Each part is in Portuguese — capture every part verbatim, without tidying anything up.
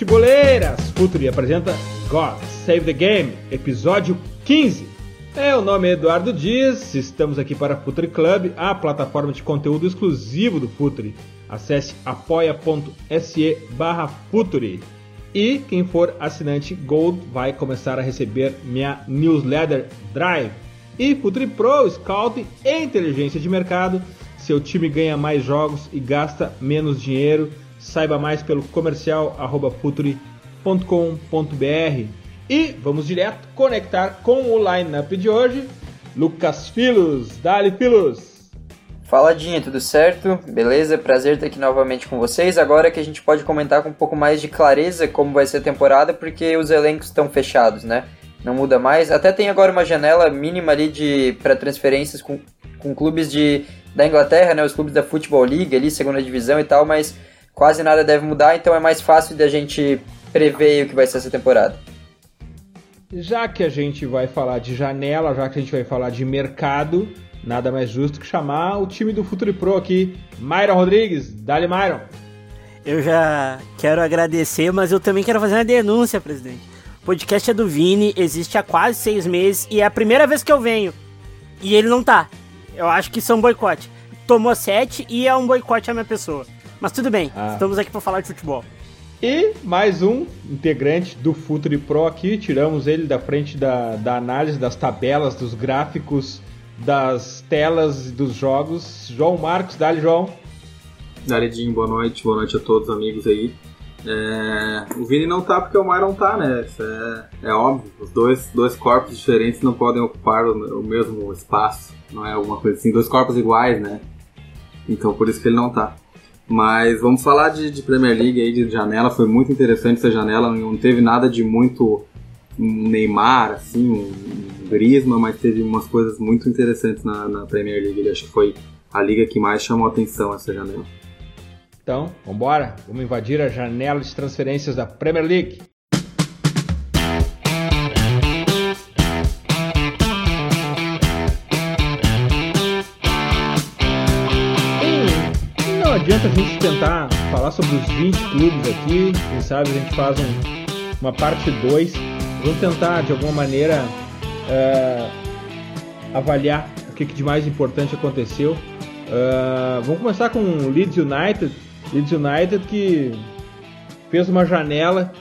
futeboleiras! Futuri apresenta God Save the Game, episódio quinze. É, o nome é Eduardo Dias, estamos aqui para Futuri Club, a plataforma de conteúdo exclusivo do Futuri. Acesse apoia.se barra Futuri. E quem for assinante Gold vai começar a receber minha newsletter Drive. E Futuri Pro, Scouting e Inteligência de Mercado. Seu time ganha mais jogos e gasta menos dinheiro. Saiba mais pelo comercial arroba futuri ponto com ponto br. E vamos direto conectar com o line-up de hoje. Lucas Filos, Dali Filos. Fala, Dinha, tudo certo? Beleza? Prazer estar aqui novamente com vocês. Agora que a gente pode comentar com um pouco mais de clareza como vai ser a temporada, porque os elencos estão fechados, né? Não muda mais. Até tem agora uma janela mínima ali de para transferências com, com clubes de, da Inglaterra, né? Os clubes da Football League ali, segunda divisão e tal, mas quase nada deve mudar, então é mais fácil de a gente prever o que vai ser essa temporada. Já que a gente vai falar de janela, já que a gente vai falar de mercado, nada mais justo que chamar o time do Futuri Pro aqui. Myron Rodrigues, dale Myron. Eu já quero agradecer, mas eu também quero fazer uma denúncia, presidente. O podcast é do Vini, existe há quase seis meses e é a primeira vez que eu venho. E ele não tá. Eu acho que isso é um boicote. Tomou sete e é um boicote à minha pessoa. Mas tudo bem, ah. Estamos aqui para falar de futebol. E mais um integrante do Futuri Pro aqui, tiramos ele da frente da, da análise das tabelas, dos gráficos, das telas dos jogos. João Marcos, dale João. Dale Dinho, boa noite, boa noite a todos os amigos aí. É, o Vini não tá porque o Myron tá, né? Isso é, é óbvio, os dois, dois corpos diferentes não podem ocupar o, o mesmo espaço, não é alguma coisa assim, dois corpos iguais, né? Então por isso que ele não tá. Mas vamos falar de, de Premier League aí, de janela. Foi muito interessante essa janela, não teve nada de muito um Neymar, assim, um, um Griezmann, mas teve umas coisas muito interessantes na, na Premier League. Acho que foi a liga que mais chamou a atenção essa janela. Então, vamos embora? Vamos invadir a janela de transferências da Premier League. Não adianta a gente tentar falar sobre os vinte clubes aqui, quem sabe a gente faz um, uma parte dois. Vamos tentar de alguma maneira uh, avaliar o que, que de mais importante aconteceu. Uh, vamos começar com o Leeds United. Leeds United que fez uma janela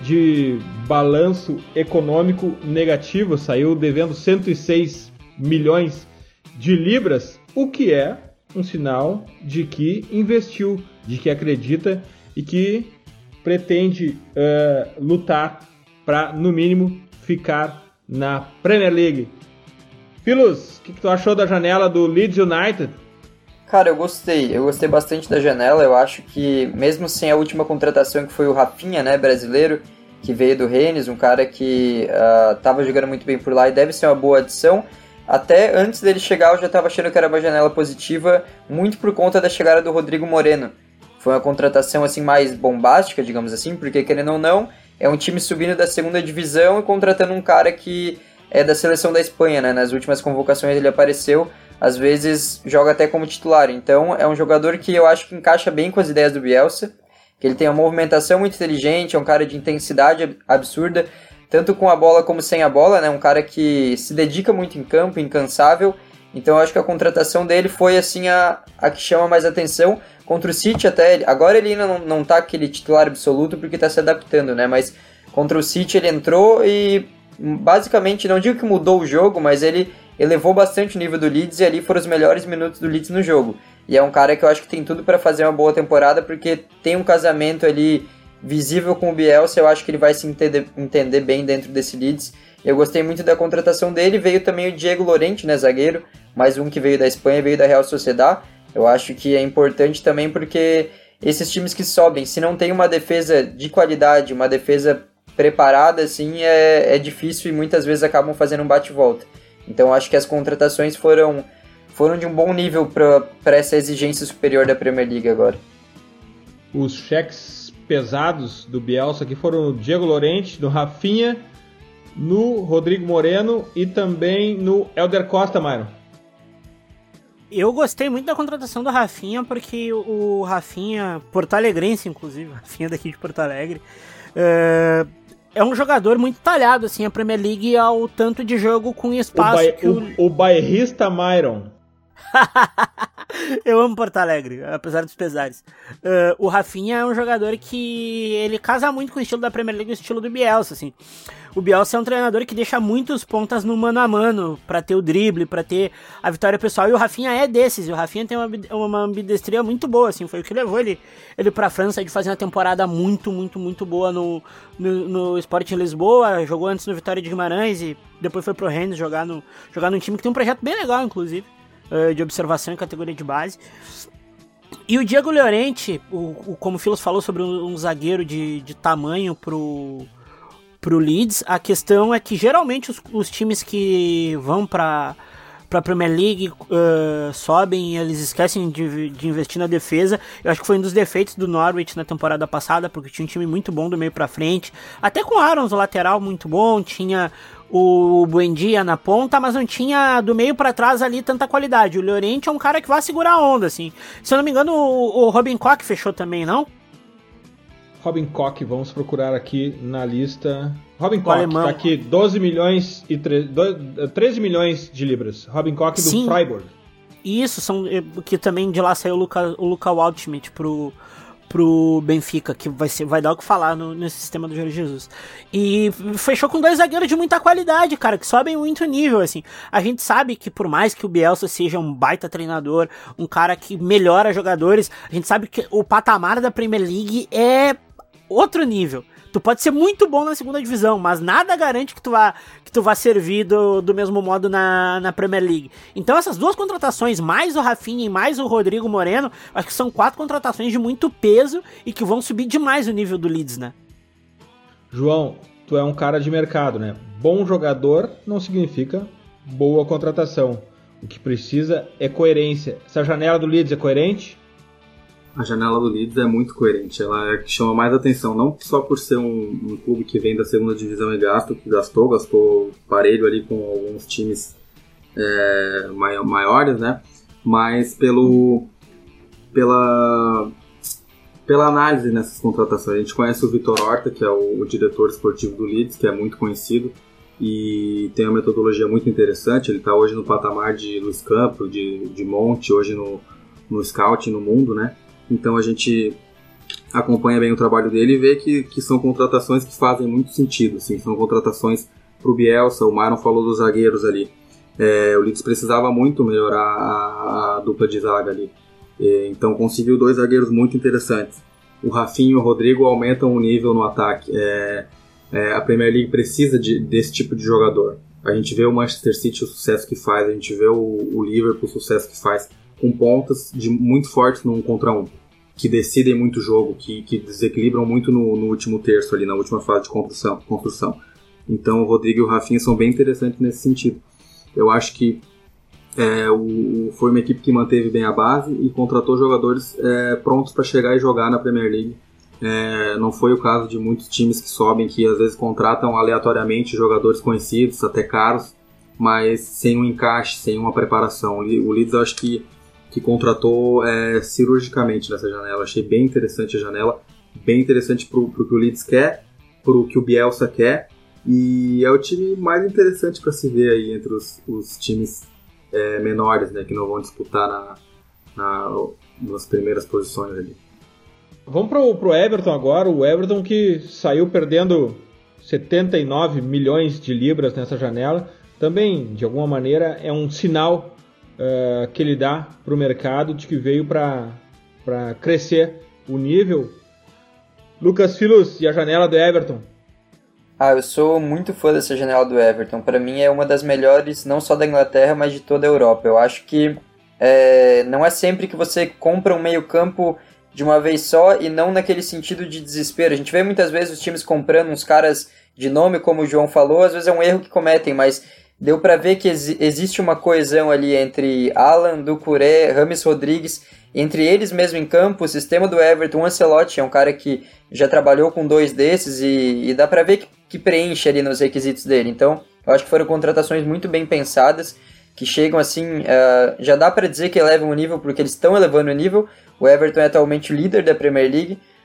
de balanço econômico negativo, saiu devendo cento e seis milhões de libras, o que é um sinal de que investiu, de que acredita e que pretende uh, lutar para, no mínimo, ficar na Premier League. Filos, o que, que tu achou da janela do Leeds United? Cara, eu gostei, eu gostei bastante da janela. Eu acho que, mesmo sem a última contratação, que foi o Rafinha, né, brasileiro, que veio do Rennes, um cara que estava uh, jogando muito bem por lá e deve ser uma boa adição. Até antes dele chegar, eu já estava achando que era uma janela positiva, muito por conta da chegada do Rodrigo Moreno. Foi uma contratação assim mais bombástica, digamos assim, porque, querendo ou não, é um time subindo da segunda divisão e contratando um cara que é da seleção da Espanha, né? Nas últimas convocações ele apareceu, às vezes joga até como titular. Então é um jogador que eu acho que encaixa bem com as ideias do Bielsa, que ele tem uma movimentação muito inteligente, é um cara de intensidade absurda, tanto com a bola como sem a bola, né? Um cara que se dedica muito em campo, incansável. Então eu acho que a contratação dele foi assim a, a que chama mais atenção. Contra o City até, agora ele ainda não, não tá aquele titular absoluto porque tá se adaptando, né? Mas contra o City ele entrou e basicamente, não digo que mudou o jogo, mas ele elevou bastante o nível do Leeds e ali foram os melhores minutos do Leeds no jogo. E é um cara que eu acho que tem tudo para fazer uma boa temporada porque tem um casamento ali visível com o Bielsa. Eu acho que ele vai se entender, entender bem dentro desse Leeds. Eu gostei muito da contratação dele. Veio também o Diego Llorente, né, zagueiro, mais um que veio da Espanha, veio da Real Sociedad. Eu acho que é importante também porque esses times que sobem, se não tem uma defesa de qualidade, uma defesa preparada, assim, é, é difícil e muitas vezes acabam fazendo um bate-volta. Então eu acho que as contratações foram, foram de um bom nível para essa exigência superior da Premier League agora. Os cheques pesados do Bielsa aqui foram no Diego Llorente, no Rafinha, no Rodrigo Moreno e também no Helder Costa, Myron. Eu gostei muito da contratação do Rafinha, porque o Rafinha, porto-alegrense inclusive, Rafinha daqui de Porto Alegre, É, é um jogador muito talhado, assim, a Premier League ao tanto de jogo com espaço. O, que o... o bairrista Myron. Eu amo Porto Alegre, apesar dos pesares. Uh, o Rafinha é um jogador que ele casa muito com o estilo da Premier League e o estilo do Bielsa, assim. O Bielsa é um treinador que deixa muitos pontas no mano a mano pra ter o drible, pra ter a vitória pessoal, e o Rafinha é desses. E o Rafinha tem uma, uma ambidestria muito boa, assim. Foi o que levou ele, ele pra França, de fazer uma temporada muito, muito, muito boa no, no, no Sporting Lisboa. Jogou antes no Vitória de Guimarães e depois foi pro Rennes jogar, no, jogar num time que tem um projeto bem legal, inclusive, de observação em categoria de base. E o Diego Llorente, o, o, como o Filos falou sobre um, um zagueiro de, de tamanho pro, pro Leeds, a questão é que geralmente os, os times que vão pra, pra Premier League uh, sobem e eles esquecem de, de investir na defesa. Eu acho que foi um dos defeitos do Norwich na temporada passada, porque tinha um time muito bom do meio pra frente, até com o Arons, o lateral muito bom, tinha o Buendia na ponta, mas não tinha do meio pra trás ali tanta qualidade. O Llorente é um cara que vai segurar a onda, assim. Se eu não me engano, o, o Robin Koch fechou também, não? Robin Koch, vamos procurar aqui na lista. Robin Koch, tá aqui, doze milhões e tre... treze milhões de libras. Robin Koch do Sim. Freiburg. Isso, são, que também de lá saiu o Luca, o Luca Waldschmidt pro... pro Benfica, que vai, ser, vai dar o que falar no, nesse sistema do Jorge Jesus. E fechou com dois zagueiros de muita qualidade, cara, que sobem muito nível, assim. A gente sabe que por mais que o Bielsa seja um baita treinador, um cara que melhora jogadores, a gente sabe que o patamar da Premier League é outro nível. Tu pode ser muito bom na segunda divisão, mas nada garante que tu vá, que tu vá servir do, do mesmo modo na, na Premier League. Então essas duas contratações, mais o Rafinha e mais o Rodrigo Moreno, acho que são quatro contratações de muito peso e que vão subir demais o nível do Leeds, né? João, tu é um cara de mercado, né? Bom jogador não significa boa contratação. O que precisa é coerência. Essa janela do Leeds é coerente? A janela do Leeds é muito coerente, ela é que chama mais atenção, não só por ser um, um clube que vem da segunda divisão e gasta o que gastou, gastou parelho ali com alguns times é, maiores, né? Mas pelo, pela, pela análise nessas contratações. A gente conhece o Vitor Horta, que é o, o diretor esportivo do Leeds, que é muito conhecido e tem uma metodologia muito interessante. Ele está hoje no patamar de Luiz Campos, de, de Monte, hoje no, no Scouting no mundo, né? Então a gente acompanha bem o trabalho dele e vê que, que são contratações que fazem muito sentido, assim, são contratações para o Bielsa. O Myron falou dos zagueiros ali, é, o Leeds precisava muito melhorar a, a dupla de zaga ali, é, então conseguiu dois zagueiros muito interessantes. O Rafinha e o Rodrigo aumentam o nível no ataque. É, é, a Premier League precisa de, desse tipo de jogador. A gente vê o Manchester City, o sucesso que faz, a gente vê o, o Liverpool, o sucesso que faz, com pontas de muito fortes no um contra um, que decidem muito o jogo, que, que desequilibram muito no, no último terço ali, na última fase de construção, construção. Então o Rodrigo e o Rafinha são bem interessantes nesse sentido. Eu acho que é, o, foi uma equipe que manteve bem a base e contratou jogadores é, prontos para chegar e jogar na Premier League. É, não foi o caso de muitos times que sobem, que às vezes contratam aleatoriamente jogadores conhecidos, até caros, mas sem um encaixe, sem uma preparação. O Leeds, eu acho que que contratou é, cirurgicamente nessa janela. Achei bem interessante a janela, bem interessante pro, pro que o Leeds quer, pro que o Bielsa quer, e é o time mais interessante para se ver aí entre os, os times é, menores, né, que não vão disputar na, na, nas primeiras posições ali. Vamos pro, pro Everton agora, o Everton que saiu perdendo setenta e nove milhões de libras nessa janela, também de alguma maneira é um sinal Uh, que ele dá para o mercado de que veio para crescer o nível. Lucas Filos, e a janela do Everton? Ah, eu sou muito fã dessa janela do Everton. Para mim é uma das melhores, não só da Inglaterra, mas de toda a Europa. Eu acho que é, não é sempre que você compra um meio campo de uma vez só e não naquele sentido de desespero. A gente vê muitas vezes os times comprando uns caras de nome, como o João falou, às vezes é um erro que cometem, mas deu para ver que ex- existe uma coesão ali entre Alan, Doucouré, James Rodrigues, entre eles mesmo em campo. O sistema do Everton, o Ancelotti é um cara que já trabalhou com dois desses e, e dá para ver que, que preenche ali nos requisitos dele. Então, eu acho que foram contratações muito bem pensadas, que chegam assim, uh, já dá para dizer que elevam o nível, porque eles estão elevando o nível. O Everton é atualmente o líder da Premier League,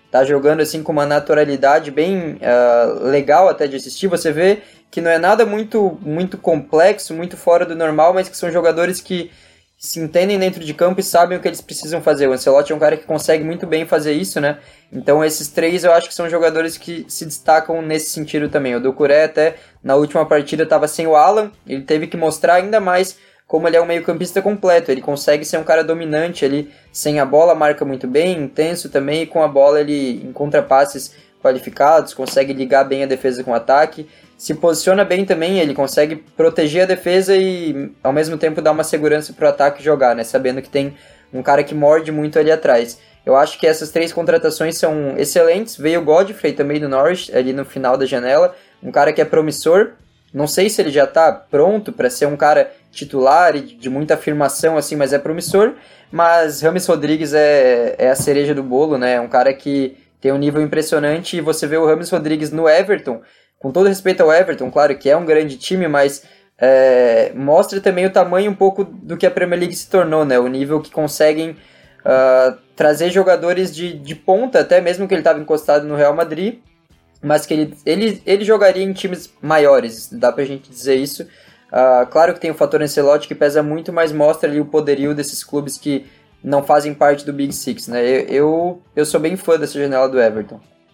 tá jogando assim com uma naturalidade bem uh, legal até de assistir. Você vê que não é nada muito, muito complexo, muito fora do normal, mas que são jogadores que se entendem dentro de campo e sabem o que eles precisam fazer. O Ancelotti é um cara que consegue muito bem fazer isso, né? Então esses três eu acho que são jogadores que se destacam nesse sentido também. O Doucouré até na última partida estava sem o Alan, ele teve que mostrar ainda mais como ele é um meio-campista completo. Ele consegue ser um cara dominante, ele sem a bola marca muito bem, intenso também, e com a bola ele encontra passes qualificados, consegue ligar bem a defesa com o ataque. Se posiciona bem também, ele consegue proteger a defesa e ao mesmo tempo dar uma segurança para o ataque jogar, né? Sabendo que tem um cara que morde muito ali atrás. Eu acho que essas três contratações são excelentes. Veio o Godfrey também do Norwich, ali no final da janela, um cara que é promissor. Não sei se ele já está pronto para ser um cara titular e de muita afirmação, assim, mas é promissor. Mas James Rodrigues é, é a cereja do bolo, né? É um cara que tem um nível impressionante e você vê o James Rodrigues no Everton. Com todo respeito ao Everton, claro que é um grande time, mas é, mostra também o tamanho um pouco do que a Premier League se tornou, né? O nível que conseguem uh, trazer jogadores de, de ponta, até mesmo que ele estava encostado no Real Madrid, mas que ele, ele, ele jogaria em times maiores, dá pra gente dizer isso. Uh, claro que tem o fator Ancelotti que pesa muito, mas mostra ali o poderio desses clubes que não fazem parte do Big Six, né? Eu, eu, eu sou bem fã dessa janela do Everton.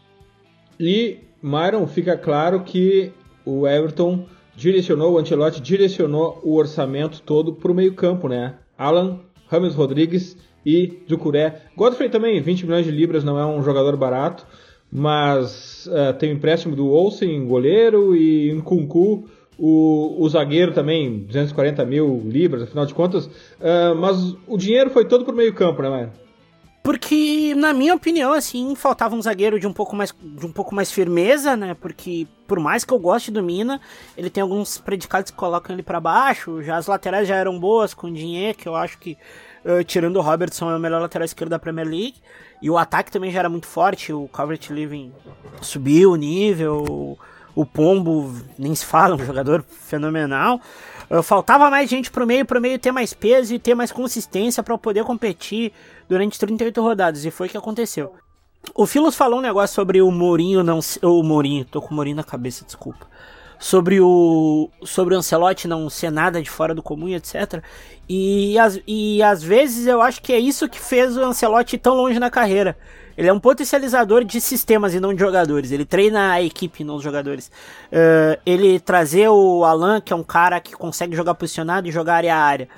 E Myron, fica claro que o Everton direcionou, o Ancelotti direcionou o orçamento todo para o meio campo, né? Alan, James Rodrigues e Doucouré. Godfrey também, vinte milhões de libras, não é um jogador barato, mas uh, tem o empréstimo do Olsen, goleiro, e Nkunku, o, o zagueiro também, duzentos e quarenta mil libras, afinal de contas. Uh, mas o dinheiro foi todo para o meio campo, né, Myron? Porque, na minha opinião, assim, faltava um zagueiro de um pouco mais, de um pouco mais firmeza, né? Porque, por mais que eu goste do Mina, ele tem alguns predicados que colocam ele pra baixo. Já as laterais já eram boas com o dinheiro, que eu acho que, uh, tirando o Robertson, é o melhor lateral esquerdo da Premier League. E o ataque também já era muito forte. O Calvert-Lewin subiu o nível. O Pombo, nem se fala, um jogador fenomenal. Uh, faltava mais gente pro meio, pro meio ter mais peso e ter mais consistência para poder competir durante trinta e oito rodadas, e foi o que aconteceu. O Filos falou um negócio sobre o Mourinho não... O Mourinho, tô com o Mourinho na cabeça, desculpa. Sobre o, sobre o Ancelotti não ser nada de fora do comum, etcétera. E, as, e às vezes eu acho que é isso que fez o Ancelotti ir tão longe na carreira. Ele é um potencializador de sistemas e não de jogadores. Ele treina a equipe, não os jogadores. Uh, ele trazer o Alan, que é um cara que consegue jogar posicionado e jogar área a área.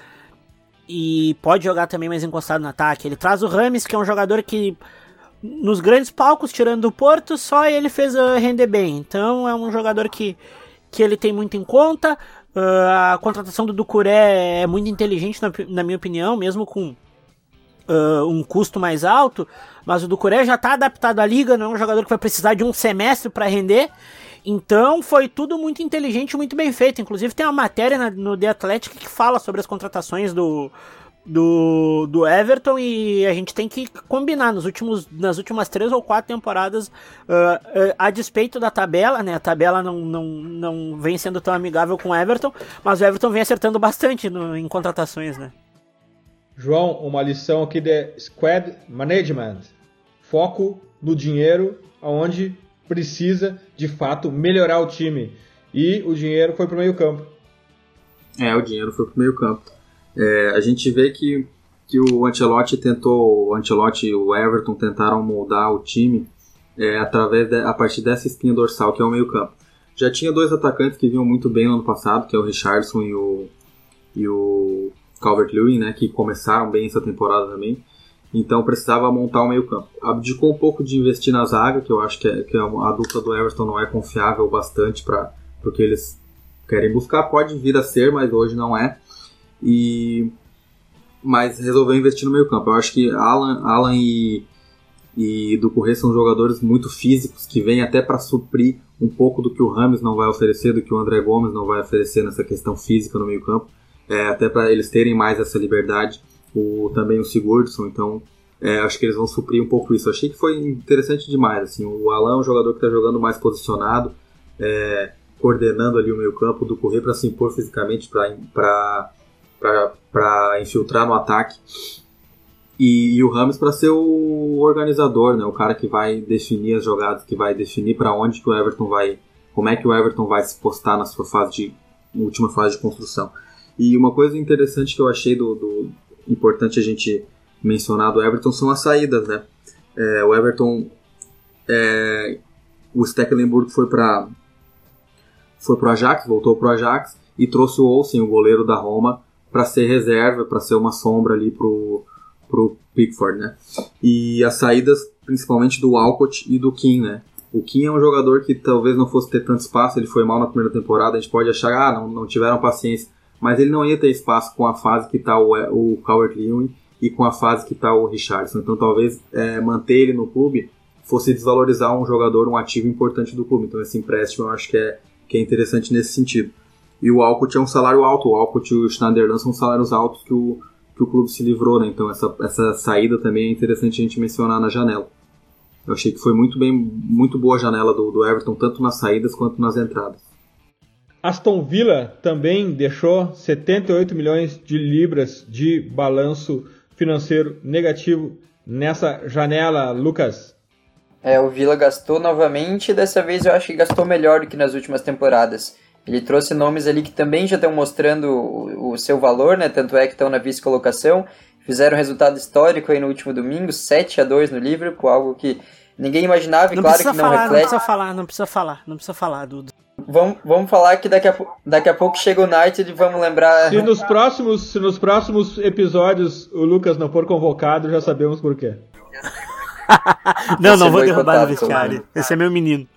E pode jogar também mais encostado no ataque. Ele traz o Rames, que é um jogador que nos grandes palcos, tirando o Porto, só ele fez uh, render bem. Então é um jogador que, que ele tem muito em conta. Uh, a contratação do Doucouré é muito inteligente, na, na minha opinião, mesmo com uh, um custo mais alto. Mas o Doucouré já está adaptado à liga, não é um jogador que vai precisar de um semestre para render. Então foi tudo muito inteligente e muito bem feito. Inclusive tem uma matéria na, no The Athletic que fala sobre as contratações do, do, do Everton, e a gente tem que combinar nos últimos, nas últimas três ou quatro temporadas, uh, uh, a despeito da tabela, né? A tabela não, não, não vem sendo tão amigável com o Everton, mas o Everton vem acertando bastante no, em contratações, né? João, uma lição aqui de Squad Management. Foco no dinheiro, aonde precisa, de fato, melhorar o time. E o dinheiro foi para o meio campo. É, o dinheiro foi para o meio campo. É, a gente vê que, que o Ancelotti tentou, o Ancelotti e o Everton tentaram moldar o time é, através de, a partir dessa espinha dorsal, que é o meio campo. Já tinha dois atacantes que vinham muito bem no ano passado, que é o Richarlison e o, e o Calvert-Lewin, né, que começaram bem essa temporada também. Então precisava montar o meio campo. Abdicou um pouco de investir na zaga, que eu acho que, é, que a dupla do Everton não é confiável bastante para o que eles querem buscar. Pode vir a ser, mas hoje não é. E, mas resolveu investir no meio campo. Eu acho que Alan, Alan e, e Doucouré são jogadores muito físicos, que vêm até para suprir um pouco do que o Rames não vai oferecer, do que o André Gomes não vai oferecer nessa questão física no meio campo. É, até para eles terem mais essa liberdade. O, também o Sigurdsson, então é, acho que eles vão suprir um pouco isso. Achei que foi interessante demais, assim, o Alan é um jogador que está jogando mais posicionado, é, coordenando ali o meio campo, do Doucouré para se impor fisicamente, para infiltrar no ataque. E, e o Rames para ser o organizador, né? O cara que vai definir as jogadas, que vai definir para onde que o Everton vai, como é que o Everton vai se postar na sua fase de última fase de construção. E uma coisa interessante que eu achei do, do importante a gente mencionar do Everton são as saídas, né? É, o Everton, é, o Stekelenburg foi para foi pro Ajax, voltou pro Ajax e trouxe o Olsen, o goleiro da Roma, para ser reserva, para ser uma sombra ali pro pro Pickford, né? E as saídas principalmente do Walcott e do Keane, né? O Keane é um jogador que talvez não fosse ter tanto espaço, ele foi mal na primeira temporada, a gente pode achar, ah, não, não tiveram paciência, mas ele não ia ter espaço com a fase que está o, o Calvert-Lewin e com a fase que está o Richarlison, então talvez é, manter ele no clube fosse desvalorizar um jogador, um ativo importante do clube, então esse empréstimo eu acho que é, que é interessante nesse sentido. E o Walcott é um salário alto, o Walcott e o Schneiderlin são salários altos que o que o clube se livrou, né? Então essa, essa saída também é interessante a gente mencionar na janela. Eu achei que foi muito, bem, muito boa a janela do, do Everton, tanto nas saídas quanto nas entradas. Aston Villa também deixou setenta e oito milhões de libras de balanço financeiro negativo nessa janela, Lucas. É, o Villa gastou novamente, e dessa vez eu acho que gastou melhor do que nas últimas temporadas. Ele trouxe nomes ali que também já estão mostrando o, o seu valor, né? Tanto é que estão na vice-colocação. Fizeram um resultado histórico aí no último domingo, sete a dois no Liverpool, algo que ninguém imaginava e não claro que não falar, reflete. Não precisa falar, não precisa falar, não precisa falar, Dudu. Vamos, vamos falar que daqui a, daqui a pouco chega o United e vamos lembrar... Se nos, próximos, se nos próximos episódios o Lucas não for convocado, já sabemos por quê. não, não vou derrubar no vestiário. Esse é meu menino.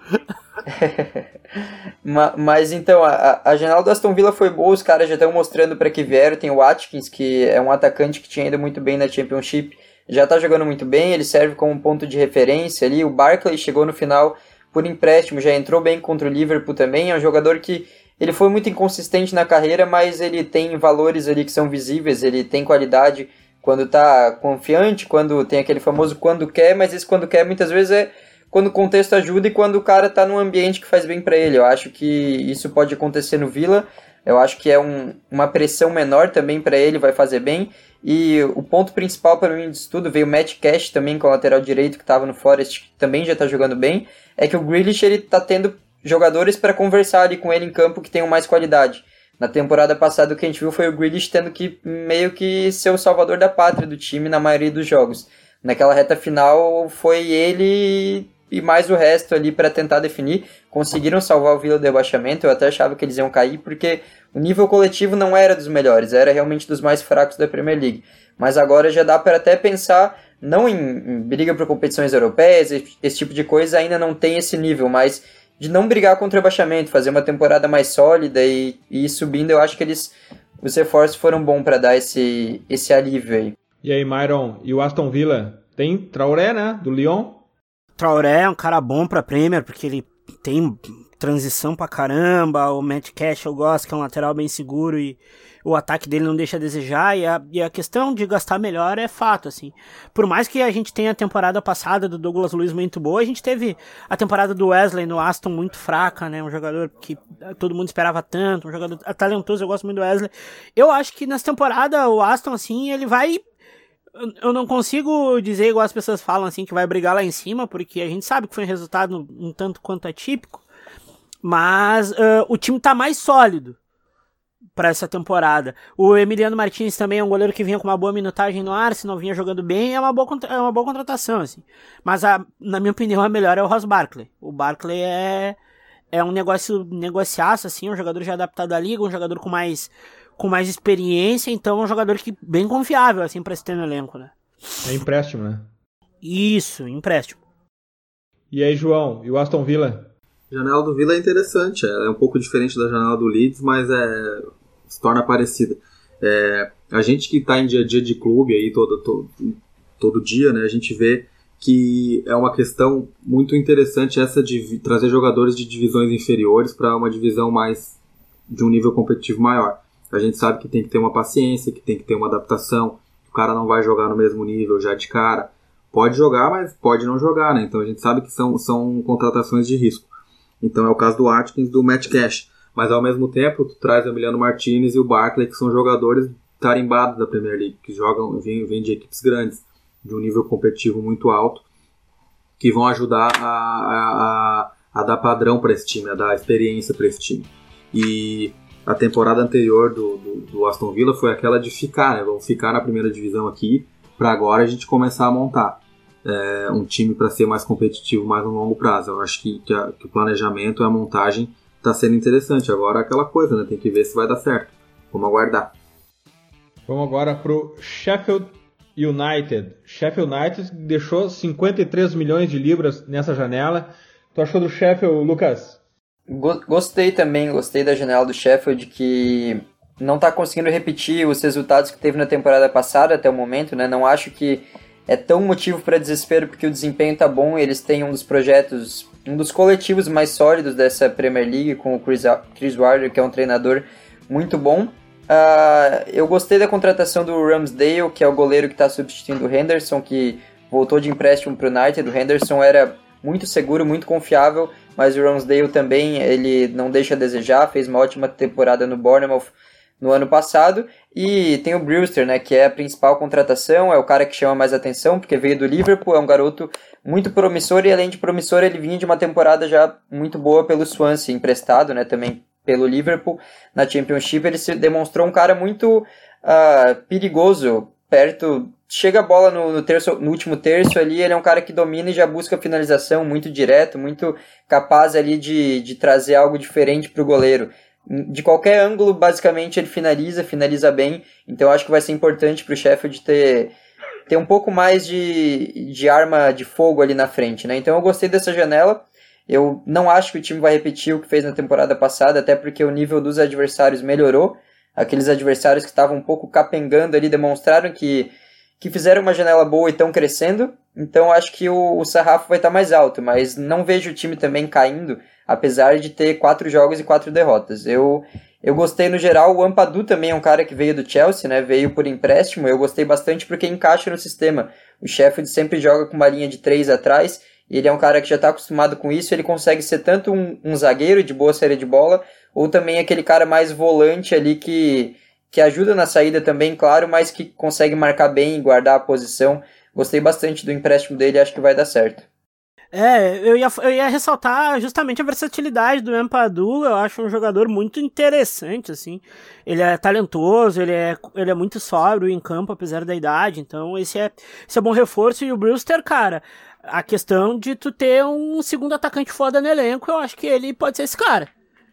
Mas então, a, a janela do Aston Villa foi boa, os caras já estão mostrando para que vieram. Tem o Atkins, que é um atacante que tinha ido muito bem na Championship, já está jogando muito bem, ele serve como ponto de referência ali. O Barkley chegou no final por empréstimo, já entrou bem contra o Liverpool também, é um jogador que ele foi muito inconsistente na carreira, mas ele tem valores ali que são visíveis, ele tem qualidade quando está confiante, quando tem aquele famoso quando quer, mas esse quando quer muitas vezes é quando o contexto ajuda e quando o cara tá num ambiente que faz bem para ele. Eu acho que isso pode acontecer no Villa, eu acho que é um, uma pressão menor também para ele, vai fazer bem. E o ponto principal para mim disso tudo, veio o Matt Cash também com o lateral direito que estava no Forest, que também já tá jogando bem, é que o Grealish ele tá tendo jogadores para conversar ali com ele em campo que tenham mais qualidade. Na temporada passada o que a gente viu foi o Grealish tendo que meio que ser o salvador da pátria do time na maioria dos jogos. Naquela reta final foi ele e mais o resto ali para tentar definir. Conseguiram salvar o Villa do rebaixamento, eu até achava que eles iam cair, porque o nível coletivo não era dos melhores, era realmente dos mais fracos da Premier League. Mas agora já dá para até pensar, não em, em briga por competições europeias, esse tipo de coisa ainda não tem esse nível, mas de não brigar contra o rebaixamento, fazer uma temporada mais sólida e, e ir subindo, eu acho que eles, os reforços foram bons para dar esse, esse alívio aí. E aí, Myron, e o Aston Villa? Tem Traoré, né, do Lyon? Traoré é um cara bom pra Premier, porque ele tem transição pra caramba, o Matt Cash eu gosto, que é um lateral bem seguro e o ataque dele não deixa a desejar, e a, e a questão de gastar melhor é fato, assim. Por mais que a gente tenha a temporada passada do Douglas Luiz muito boa, a gente teve a temporada do Wesley no Aston muito fraca, né, um jogador que todo mundo esperava tanto, um jogador talentoso, eu gosto muito do Wesley. Eu acho que nessa temporada o Aston, assim, ele vai... Eu não consigo dizer igual as pessoas falam, assim, que vai brigar lá em cima, porque a gente sabe que foi um resultado um tanto quanto atípico, mas uh, o time tá mais sólido para essa temporada. O Emiliano Martins também é um goleiro que vinha com uma boa minutagem no Arsenal, vinha jogando bem, é uma boa, é uma boa contratação, assim. Mas, a, na minha opinião, a melhor é o Ross Barkley. O Barkley é, é um negócio, negociaço, assim, um jogador já adaptado à liga, um jogador com mais... com mais experiência, então é um jogador que bem confiável, assim, pra se ter no elenco, né? É empréstimo, né? Isso, empréstimo. E aí, João, e o Aston Villa? A janela do Villa é interessante, é um pouco diferente da janela do Leeds, mas é, se torna parecida. É, a gente que tá em dia a dia de clube aí todo, todo, todo dia, né, a gente vê que é uma questão muito interessante essa de trazer jogadores de divisões inferiores para uma divisão mais de um nível competitivo maior. A gente sabe que tem que ter uma paciência, que tem que ter uma adaptação, o cara não vai jogar no mesmo nível já de cara. Pode jogar, mas pode não jogar, né? Então a gente sabe que são, são contratações de risco. Então é o caso do Atkins, do Matt Cash. Mas ao mesmo tempo, tu traz o Emiliano Martinez e o Barkley, que são jogadores tarimbados da Premier League, que jogam, vêm, vêm de equipes grandes. de um nível competitivo muito alto, que vão ajudar a, a, a, a dar padrão para esse time, a dar experiência para esse time. E a temporada anterior do, do, do Aston Villa foi aquela de ficar, né? Vamos ficar na primeira divisão aqui, para agora a gente começar a montar é, um time para ser mais competitivo mais no longo prazo. Eu acho que, que, a, que o planejamento e a montagem está sendo interessante. Agora é aquela coisa, né? Tem que ver se vai dar certo. Vamos aguardar. Vamos agora pro Sheffield United. Sheffield United deixou cinquenta e três milhões de libras nessa janela. Tu achou do Sheffield, Lucas? Gostei também, gostei da janela do Sheffield, que não está conseguindo repetir os resultados que teve na temporada passada até o momento, né? Não acho que é tão motivo para desespero, porque o desempenho tá bom, eles têm um dos projetos, um dos coletivos mais sólidos dessa Premier League, com o Chris, Chris Wilder, que é um treinador muito bom. Uh, eu gostei da contratação do Ramsdale, que é o goleiro que está substituindo o Henderson, que voltou de empréstimo para o United. O Henderson era muito seguro, muito confiável, mas o Ramsdale também, ele não deixa a desejar, fez uma ótima temporada no Bournemouth no ano passado. E tem o Brewster, né, que é a principal contratação, é o cara que chama mais atenção, porque veio do Liverpool, é um garoto muito promissor, e além de promissor, ele vinha de uma temporada já muito boa pelo Swansea, emprestado, né, também pelo Liverpool na Championship. Ele se demonstrou um cara muito uh, perigoso, perto, chega a bola no, no, terço, no último terço ali, ele é um cara que domina e já busca finalização muito direto, muito capaz ali de, de trazer algo diferente para o goleiro. De qualquer ângulo, basicamente, ele finaliza, finaliza bem, então eu acho que vai ser importante para o Sheffield ter, ter um pouco mais de, de arma de fogo ali na frente, né? Então eu gostei dessa janela. Eu não acho que o time vai repetir o que fez na temporada passada, até porque o nível dos adversários melhorou. Aqueles adversários que estavam um pouco capengando ali demonstraram que, que fizeram uma janela boa e estão crescendo. Então acho que o, o sarrafo vai estar mais alto, mas não vejo o time também caindo, apesar de ter quatro jogos e quatro derrotas. Eu, eu gostei no geral. O Ampadu também é um cara que veio do Chelsea, né? Veio por empréstimo. Eu gostei bastante porque encaixa no sistema. O Sheffield sempre joga com uma linha de três atrás, e ele é um cara que já está acostumado com isso. Ele consegue ser tanto um, um zagueiro de boa saída de bola, ou também aquele cara mais volante ali que, que ajuda na saída também, claro, mas que consegue marcar bem e guardar a posição. Gostei bastante do empréstimo dele, acho que vai dar certo. É, eu ia, eu ia ressaltar justamente a versatilidade do Ampadu. Eu acho um jogador muito interessante, assim. Ele é talentoso, ele é, ele é muito sóbrio em campo, apesar da idade. Então esse é, esse é bom reforço. E o Brewster, cara, a questão de tu ter um segundo atacante foda no elenco, eu acho que ele pode ser esse cara.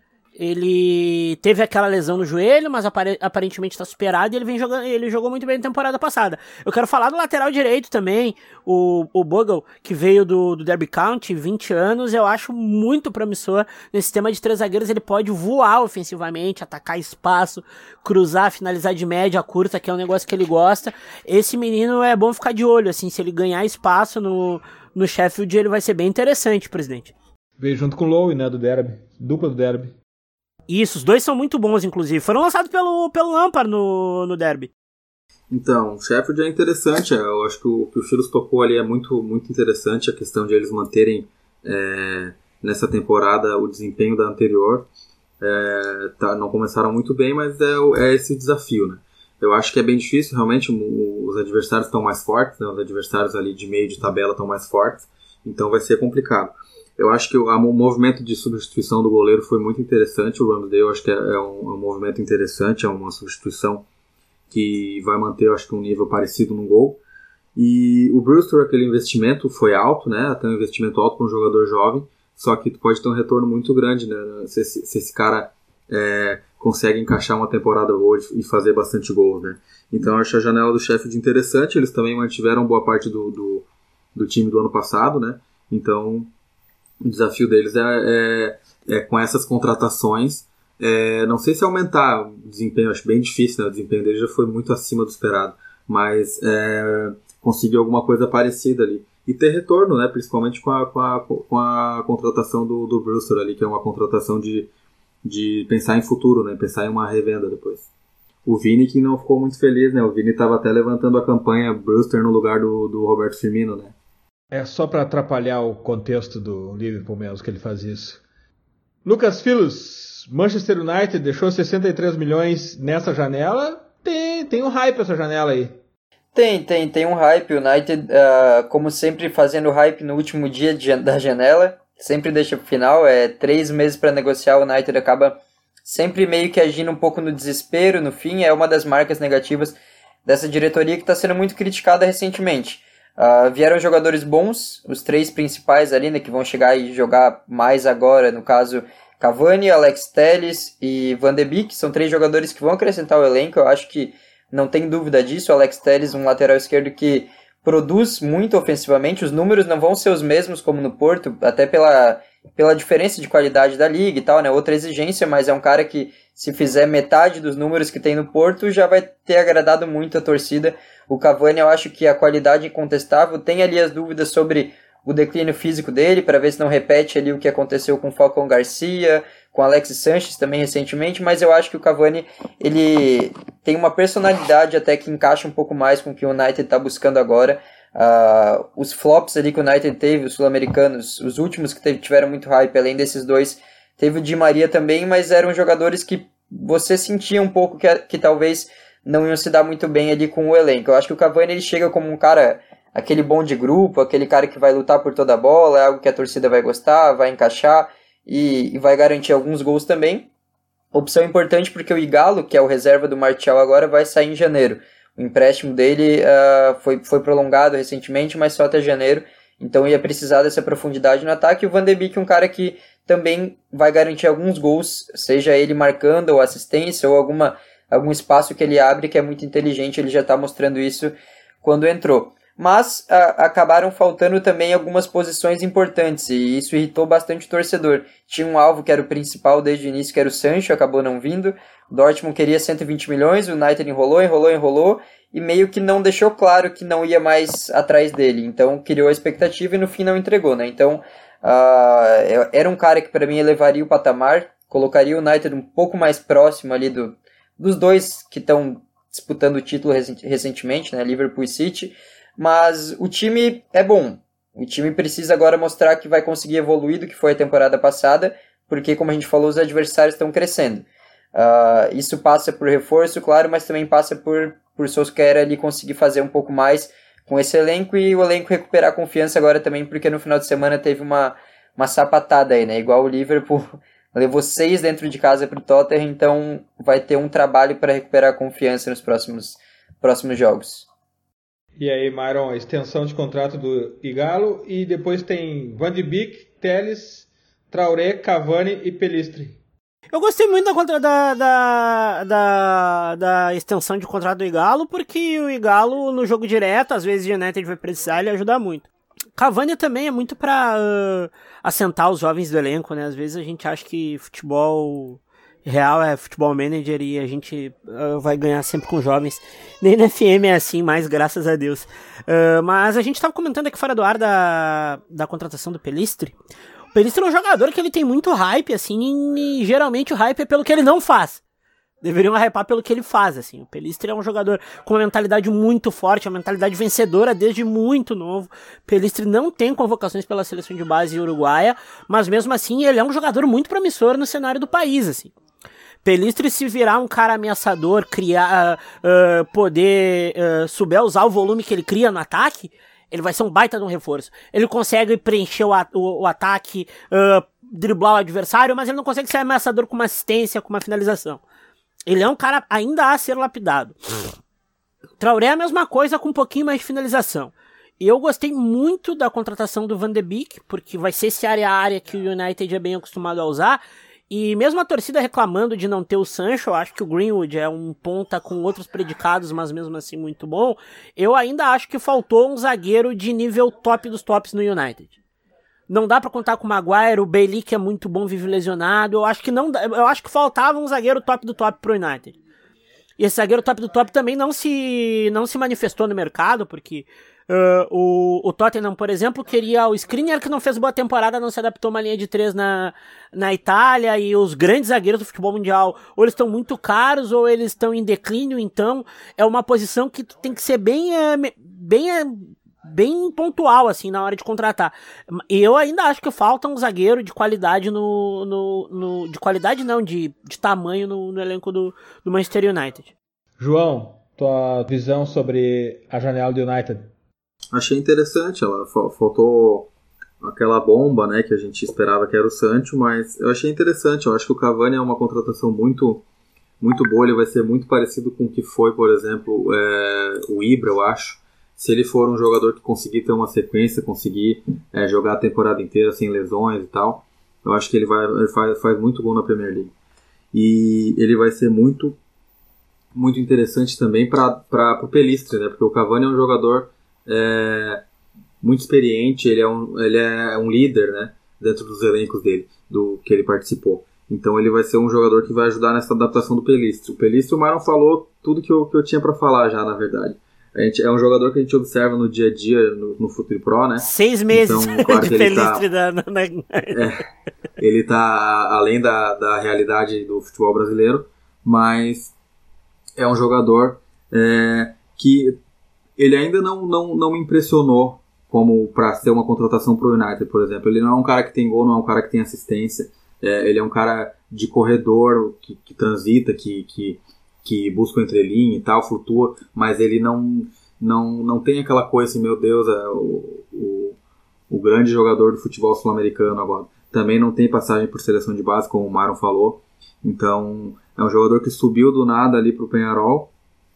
Ele teve aquela lesão no joelho, mas apare- aparentemente está superado, e ele vem jogando, ele jogou muito bem na temporada passada. Eu quero falar do lateral direito também, o, o Bogle, que veio do, do Derby County, vinte anos, eu acho muito promissor. Nesse sistema de três zagueiros ele pode voar ofensivamente, atacar espaço, cruzar, finalizar de média, curta, que é um negócio que ele gosta. Esse menino é bom ficar de olho, assim, se ele ganhar espaço no, no Sheffield, ele vai ser bem interessante, presidente. Veio junto com o Lowe, né, do Derby, dupla do Derby. Isso, os dois são muito bons, inclusive. Foram lançados pelo, pelo Lampard no, no Derby. Então, o Sheffield é interessante. Eu acho que o que o Chilos tocou ali é muito, muito interessante. A questão de eles manterem é, nessa temporada o desempenho da anterior. É, tá, não começaram muito bem, mas é, é esse desafio, né? Eu acho que é bem difícil, realmente. Os adversários estão mais fortes, né? Os adversários ali de meio de tabela estão mais fortes. Então vai ser complicado. Eu acho que o, o movimento de substituição do goleiro foi muito interessante. O Ramsdale, eu acho que é, é, um, é um movimento interessante, é uma substituição que vai manter, eu acho que um nível parecido no gol. E o Brewster, aquele investimento foi alto, né? Até um investimento alto para um jogador jovem, só que pode ter um retorno muito grande, né? Se, se, se esse cara é, consegue encaixar uma temporada boa e fazer bastante gols, né? Então eu acho a janela do Sheffield interessante. Eles também mantiveram boa parte do, do, do time do ano passado, né? Então o desafio deles é, é, é com essas contratações, é, não sei se aumentar o desempenho, acho bem difícil, né? O desempenho deles já foi muito acima do esperado, mas é, conseguir alguma coisa parecida ali e ter retorno, né? Principalmente com a, com a, com a contratação do, do Brewster ali, que é uma contratação de, de pensar em futuro, né? Pensar em uma revenda depois. O Vini que não ficou muito feliz, né? O Vini estava até levantando a campanha Brewster no lugar do, do Roberto Firmino, né? É só para atrapalhar o contexto do Liverpool mesmo que ele faz isso. Lucas Filos, Manchester United deixou sessenta e três milhões nessa janela. Tem, tem um hype essa janela aí. Tem, tem, tem um hype. O United, uh, como sempre, fazendo hype no último dia de, da janela, sempre deixa pro final, é três meses para negociar, o United acaba sempre meio que agindo um pouco no desespero, no fim, é uma das marcas negativas dessa diretoria que está sendo muito criticada recentemente. Uh, vieram jogadores bons, os três principais ali, né, que vão chegar e jogar mais agora, no caso, Cavani, Alex Telles e Van de Beek, são três jogadores que vão acrescentar o elenco, eu acho que não tem dúvida disso. O Alex Telles, um lateral esquerdo que produz muito ofensivamente, os números não vão ser os mesmos como no Porto, até pela, pela diferença de qualidade da liga e tal, né, outra exigência, mas é um cara que se fizer metade dos números que tem no Porto, já vai ter agradado muito a torcida. O Cavani, eu acho que a qualidade é incontestável, tem ali as dúvidas sobre o declínio físico dele, para ver se não repete ali o que aconteceu com o Falcão Garcia, com o Alex Sanches também recentemente, mas eu acho que o Cavani, ele tem uma personalidade até que encaixa um pouco mais com o que o United está buscando agora. Uh, os flops ali que o United teve, os sul-americanos, os últimos que teve, tiveram muito hype, além desses dois, teve o Di Maria também, mas eram jogadores que você sentia um pouco que, que talvez não iam se dar muito bem ali com o elenco. Eu acho que o Cavani, ele chega como um cara, aquele bom de grupo, aquele cara que vai lutar por toda a bola, é algo que a torcida vai gostar, vai encaixar e, e vai garantir alguns gols também. Opção importante porque o Ighalo, que é o reserva do Martial agora, vai sair em janeiro. O empréstimo dele uh, foi, foi prolongado recentemente, mas só até janeiro, então ia precisar dessa profundidade no ataque. O Van de Beek é um cara que também vai garantir alguns gols, seja ele marcando ou assistência ou alguma, algum espaço que ele abre, que é muito inteligente, ele já está mostrando isso quando entrou. Mas a, acabaram faltando também algumas posições importantes, e isso irritou bastante o torcedor. Tinha um alvo que era o principal desde o início, que era o Sancho, acabou não vindo. O Dortmund queria cento e vinte milhões, o United enrolou, enrolou, enrolou, e meio que não deixou claro que não ia mais atrás dele. Então criou a expectativa e no fim não entregou, né? Então uh, era um cara que para mim elevaria o patamar, colocaria o United um pouco mais próximo ali do, dos dois que estão disputando o título recentemente, né? Liverpool e City. Mas o time é bom. O time precisa agora mostrar que vai conseguir evoluir do que foi a temporada passada, porque, como a gente falou, os adversários estão crescendo. Uh, isso passa por reforço, claro, mas também passa por, por Solskjaer ali conseguir fazer um pouco mais com esse elenco e o elenco recuperar a confiança agora também, porque no final de semana teve uma, uma sapatada aí, né? Igual o Liverpool levou seis dentro de casa para o Tottenham, então vai ter um trabalho para recuperar a confiança nos próximos, próximos jogos. E aí, Myron, extensão de contrato do Ighalo, e depois tem Van de Beek, Telles, Traoré, Cavani e Pellistri. Eu gostei muito da, contra, da, da, da, da extensão de contrato do Ighalo, porque o Ighalo, no jogo direto, às vezes o United vai precisar, ele ajuda muito. Cavani também é muito pra uh, assentar os jovens do elenco, né? Às vezes a gente acha que futebol real é futebol manager e a gente uh, vai ganhar sempre com jovens. Nem na F M é assim, mas graças a Deus. Uh, mas a gente estava comentando aqui fora do ar da, da contratação do Pellistri. O Pellistri é um jogador que ele tem muito hype, assim, e geralmente o hype é pelo que ele não faz. Deveriam hypar pelo que ele faz, assim. O Pellistri é um jogador com uma mentalidade muito forte, uma mentalidade vencedora desde muito novo. O Pellistri não tem convocações pela seleção de base uruguaia, mas mesmo assim ele é um jogador muito promissor no cenário do país, assim. Pellistri, se virar um cara ameaçador, criar, uh, poder uh, souber usar o volume que ele cria no ataque, ele vai ser um baita de um reforço. Ele consegue preencher o, o, o ataque, uh, driblar o adversário, mas ele não consegue ser ameaçador com uma assistência, com uma finalização. Ele é um cara ainda a ser lapidado. Traoré é a mesma coisa, com um pouquinho mais de finalização. E eu gostei muito da contratação do Van de Beek, porque vai ser esse área a área que o United é bem acostumado a usar. E mesmo a torcida reclamando de não ter o Sancho, eu acho que o Greenwood é um ponta com outros predicados, mas mesmo assim muito bom. Eu ainda acho que faltou um zagueiro de nível top dos tops no United. Não dá pra contar com o Maguire, o Bailey, que é muito bom, vive lesionado. Eu acho que não, eu acho que faltava um zagueiro top do top pro United. E esse zagueiro top do top também não se, não se manifestou no mercado, porque uh, o, o Tottenham, por exemplo, queria o Skriniar, que não fez boa temporada, não se adaptou a uma linha de três na, na Itália, e os grandes zagueiros do futebol mundial, ou eles estão muito caros, ou eles estão em declínio, então é uma posição que tem que ser bem, bem, bem pontual, assim, na hora de contratar. E eu ainda acho que falta um zagueiro de qualidade no, no, no de qualidade não, de, de tamanho no, no elenco do, do Manchester United. João, tua visão sobre a janela do United? Achei interessante, ela faltou aquela bomba, né, que a gente esperava que era o Sancho, mas eu achei interessante, eu acho que o Cavani é uma contratação muito, muito boa, ele vai ser muito parecido com o que foi, por exemplo, é, o Ibra, eu acho. Se ele for um jogador que conseguir ter uma sequência, conseguir é, jogar a temporada inteira sem lesões e tal, eu acho que ele, vai, ele faz, faz muito gol na Premier League. E ele vai ser muito, muito interessante também para o Pelistri, né, porque o Cavani é um jogador É, muito experiente, ele é, um, ele é um líder, né, dentro dos elencos dele, do que ele participou. Então ele vai ser um jogador que vai ajudar nessa adaptação do Pelistri. O Pelistri, o Myron falou tudo que eu, que eu tinha para falar já, na verdade. A gente, é um jogador que a gente observa no dia a dia no, no Futuri Pro, né? Seis meses então, claro de que ele Pelistri tá, da, na... é, ele tá além da, da realidade do futebol brasileiro, mas é um jogador é, que ele ainda não, não, não me impressionou como para ser uma contratação pro United, por exemplo. Ele não é um cara que tem gol, não é um cara que tem assistência. É, ele é um cara de corredor, que, que transita, que, que, que busca o entrelinha e tal, flutua, mas ele não, não, não tem aquela coisa assim, meu Deus, é o, o, o grande jogador do futebol sul-americano agora. Também não tem passagem por seleção de base, como o Maron falou. Então, é um jogador que subiu do nada ali pro Peñarol,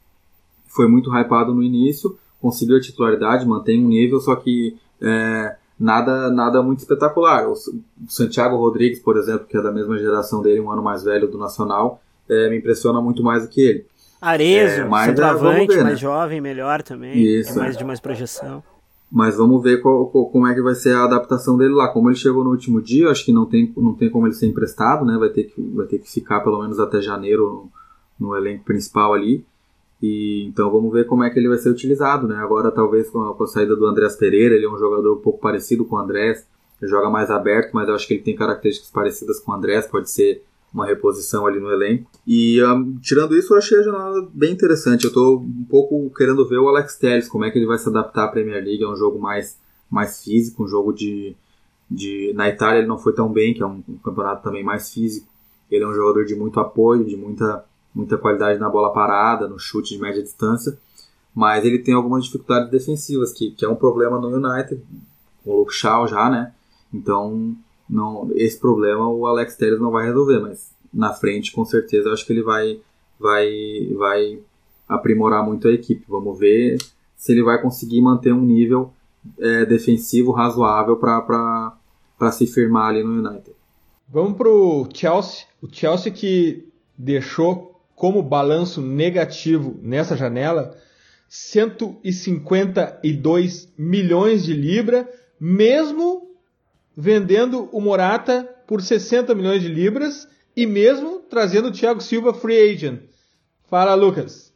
foi muito hypado no início, conseguiu a titularidade, mantém um nível, só que é, nada, nada muito espetacular. O Santiago Rodrigues, por exemplo, que é da mesma geração dele, um ano mais velho do Nacional, é, me impressiona muito mais do que ele. Arezo, é, centroavante, ver, mais né? jovem, melhor também, Isso, é mais é. de mais projeção. Mas vamos ver qual, qual, como é que vai ser a adaptação dele lá. Como ele chegou no último dia, acho que não tem, não tem como ele ser emprestado, né? Vai ter que, vai ter que ficar pelo menos até janeiro no, no elenco principal ali. E, então vamos ver como é que ele vai ser utilizado, né? Agora talvez com a, com a saída do Andrés Pereira, ele é um jogador um pouco parecido com o Andrés, ele joga mais aberto, mas eu acho que ele tem características parecidas com o Andrés, pode ser uma reposição ali no elenco. E um, tirando isso, eu achei a jornada bem interessante. Eu estou um pouco querendo ver o Alex Telles, como é que ele vai se adaptar à Premier League. É um jogo mais, mais físico, um jogo de, de... Na Itália ele não foi tão bem, que é um, um campeonato também mais físico. Ele é um jogador de muito apoio, de muita... muita qualidade na bola parada, no chute de média distância, mas ele tem algumas dificuldades defensivas, que, que é um problema no United, com o Luke Shaw já, né? Então, não, esse problema o Alex Telles não vai resolver, mas na frente, com certeza, eu acho que ele vai, vai, vai aprimorar muito a equipe. Vamos ver se ele vai conseguir manter um nível é, defensivo razoável para se firmar ali no United. Vamos pro Chelsea, o Chelsea que deixou como balanço negativo nessa janela cento e cinquenta e dois milhões de libras, mesmo vendendo o Morata por sessenta milhões de libras e mesmo trazendo o Thiago Silva free agent. Fala, Lucas.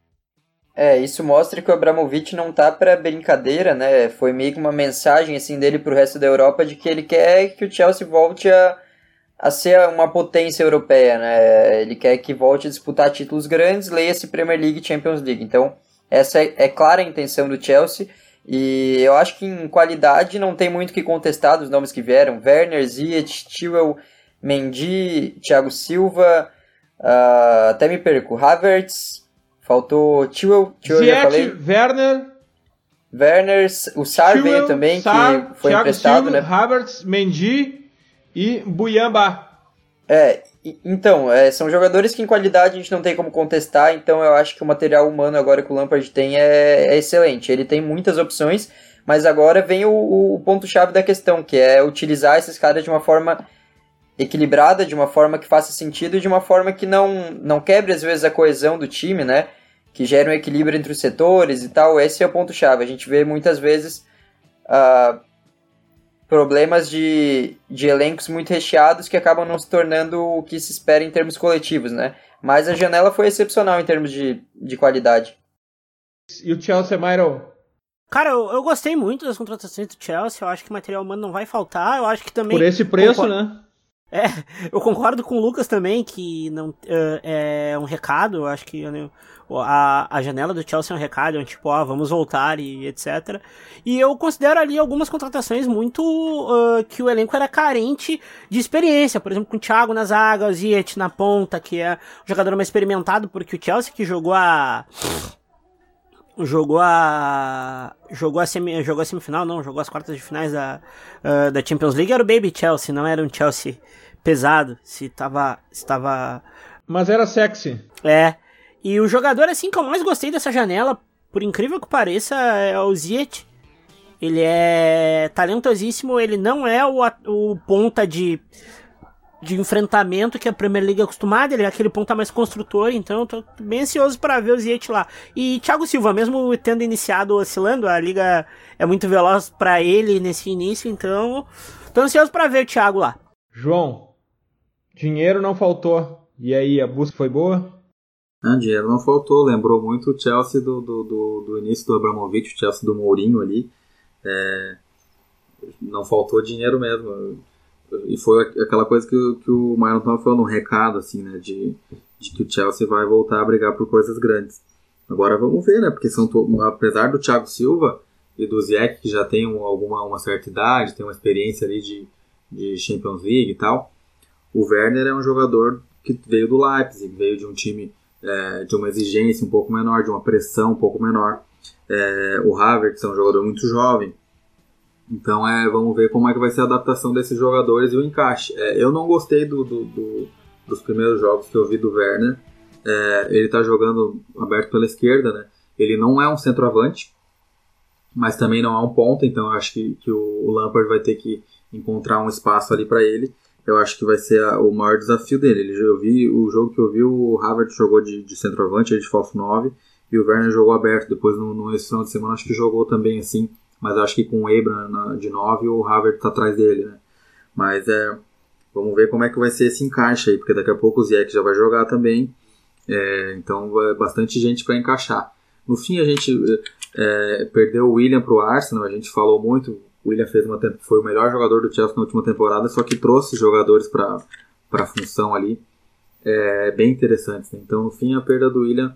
É, isso mostra que o Abramovich não tá pra brincadeira, né? Foi meio que uma mensagem assim dele pro resto da Europa de que ele quer que o Chelsea volte a a ser uma potência europeia, né? Ele quer que volte a disputar títulos grandes, leia-se Premier League e Champions League. Então, essa é, é clara a intenção do Chelsea, e eu acho que em qualidade não tem muito o que contestar dos nomes que vieram. Werner, Ziyech, Chilwell, Mendy, Thiago Silva, uh, até me perco, Havertz, faltou Chilwell, Chilwell Ziyech, já falei. Werner, Werner, o Sar Chilwell, veio também, Sar, que foi Thiago emprestado, Silva, né? Havertz, Mendy e Buyamba. É, então, é, são jogadores que em qualidade a gente não tem como contestar, então eu acho que o material humano agora que o Lampard tem é, é excelente. Ele tem muitas opções, mas agora vem o, o ponto-chave da questão, que é utilizar esses caras de uma forma equilibrada, de uma forma que faça sentido e de uma forma que não, não quebre às vezes a coesão do time, né? Que gere um equilíbrio entre os setores e tal. Esse é o ponto-chave. A gente vê muitas vezes Uh, problemas de, de elencos muito recheados que acabam não se tornando o que se espera em termos coletivos, né? Mas a janela foi excepcional em termos de, de qualidade. E o Chelsea, Myron? Cara, eu, eu gostei muito das contratações do Chelsea, eu acho que material humano não vai faltar, eu acho que também... Por esse preço, né? É, eu concordo com o Lucas também que não, uh, é um recado, eu acho que né, a, a janela do Chelsea é um recado, é um tipo, ó, vamos voltar e etcétera. E eu considero ali algumas contratações muito uh, que o elenco era carente de experiência, por exemplo, com o Thiago na zaga, o Ziyech na ponta, que é um jogador mais experimentado, porque o Chelsea que jogou a... Jogou a. Jogou a, semi, jogou a semifinal, não, jogou as quartas de finais da, uh, da Champions League. Era o Baby Chelsea, não era um Chelsea pesado. Se tava. Se tava... Mas era sexy. É. E o jogador assim que eu mais gostei dessa janela, por incrível que pareça, é o Ziyech. Ele é talentosíssimo, ele não é o, o ponta de. de enfrentamento que a Premier League é acostumada, ele é aquele ponta mais construtor, então eu tô bem ansioso para ver o Ziyech lá. E Thiago Silva, mesmo tendo iniciado oscilando, a liga é muito veloz para ele nesse início, então tô ansioso para ver o Thiago lá. João, dinheiro não faltou, e aí, a busca foi boa? Não, dinheiro não faltou, lembrou muito o Chelsea do, do, do, do início do Abramovich, o Chelsea do Mourinho ali, é, não faltou dinheiro mesmo. E foi aquela coisa que, que o Myron estava falando, um recado, assim, né, de, de que o Chelsea vai voltar a brigar por coisas grandes. Agora vamos ver, né, porque são to... apesar do Thiago Silva e do Ziyech, que já tem um, alguma uma certa idade, tem uma experiência ali de, de Champions League e tal, o Werner é um jogador que veio do Leipzig, veio de um time é, de uma exigência um pouco menor, de uma pressão um pouco menor. É, o Havertz é um jogador muito jovem. Então é, vamos ver como é que vai ser a adaptação desses jogadores e o encaixe. É, eu não gostei do, do, do, dos primeiros jogos que eu vi do Werner. É, ele está jogando aberto pela esquerda, né? Ele não é um centroavante, mas também não é um ponta, então eu acho que, que o, o Lampard vai ter que encontrar um espaço ali para ele. Eu acho que vai ser a, o maior desafio dele. Ele, eu vi, o jogo que eu vi, o Havertz jogou de, de centroavante, ele de falso nove, e o Werner jogou aberto. Depois, no, no esse final de semana, acho que jogou também assim, mas acho que com o Abraham de nove, o Havertz está atrás dele, né? Mas é, vamos ver como é que vai ser esse encaixe aí, porque daqui a pouco o Ziyech já vai jogar também, é, então é bastante gente para encaixar. No fim a gente é, perdeu o William para o Arsenal, a gente falou muito, o William fez uma, foi o melhor jogador do Chelsea na última temporada, só que trouxe jogadores para a função ali, é, bem interessantes, né? Então no fim a perda do William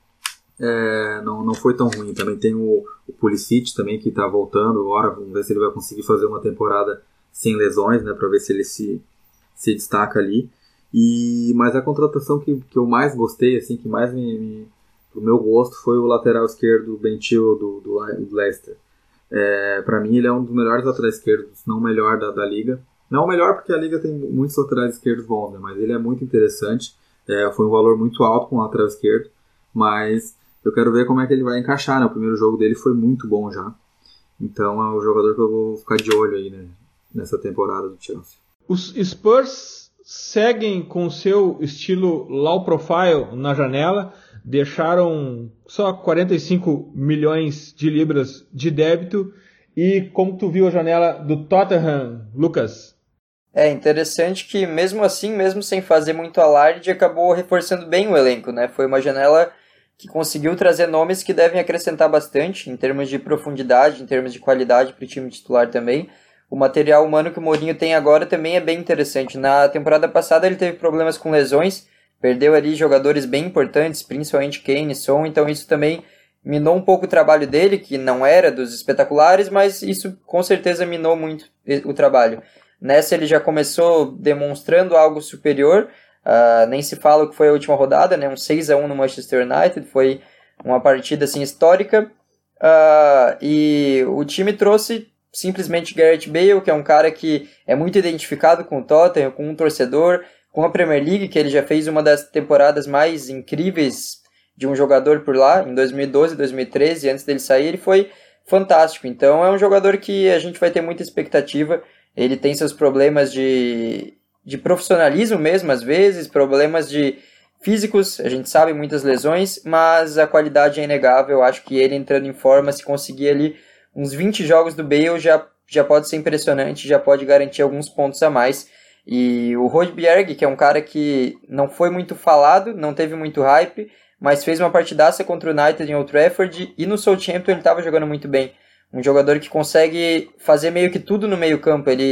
É, não, não foi tão ruim. Também tem o, o Pulisic também, que está voltando agora. Vamos ver se ele vai conseguir fazer uma temporada sem lesões, né, para ver se ele se, se destaca ali. E, mas a contratação que, que eu mais gostei, assim, que mais me, me, pro meu gosto, foi o lateral esquerdo Ben Chilwell do, do, do Leicester. É, para mim ele é um dos melhores laterais esquerdos, não o melhor da, da liga. Não o melhor porque a liga tem muitos laterais esquerdos bons, né, mas ele é muito interessante. É, foi um valor muito alto com o lateral esquerdo, mas eu quero ver como é que ele vai encaixar, né? O primeiro jogo dele foi muito bom já. Então é o jogador que eu vou ficar de olho aí, né, nessa temporada do Chelsea. Os Spurs seguem com seu estilo low profile na janela, deixaram só quarenta e cinco milhões de libras de débito. E como tu viu a janela do Tottenham, Lucas? É interessante que mesmo assim, mesmo sem fazer muito alarde, acabou reforçando bem o elenco, né? Foi uma janela que conseguiu trazer nomes que devem acrescentar bastante em termos de profundidade, em termos de qualidade para o time titular também. O material humano que o Mourinho tem agora também é bem interessante. Na temporada passada ele teve problemas com lesões, perdeu ali jogadores bem importantes, principalmente Kane e Son, então isso também minou um pouco o trabalho dele, que não era dos espetaculares, mas isso com certeza minou muito o trabalho. Nessa ele já começou demonstrando algo superior. Uh, nem se fala o que foi a última rodada, né? Um seis a um no Manchester United, foi uma partida assim, histórica, uh, e o time trouxe simplesmente Gareth Bale, que é um cara que é muito identificado com o Tottenham, com um torcedor, com a Premier League, que ele já fez uma das temporadas mais incríveis de um jogador por lá, em dois mil e doze, dois mil e treze, antes dele sair, ele foi fantástico. Então é um jogador que a gente vai ter muita expectativa. Ele tem seus problemas de, de profissionalismo mesmo, às vezes, problemas de físicos, a gente sabe, muitas lesões, mas a qualidade é inegável. Eu acho que ele entrando em forma, se conseguir ali uns vinte jogos do Bale, já, já pode ser impressionante, já pode garantir alguns pontos a mais. E o Højbjerg, que é um cara que não foi muito falado, não teve muito hype, mas fez uma partidaça contra o United em Old Trafford, e no Southampton ele estava jogando muito bem. Um jogador que consegue fazer meio que tudo no meio campo. Ele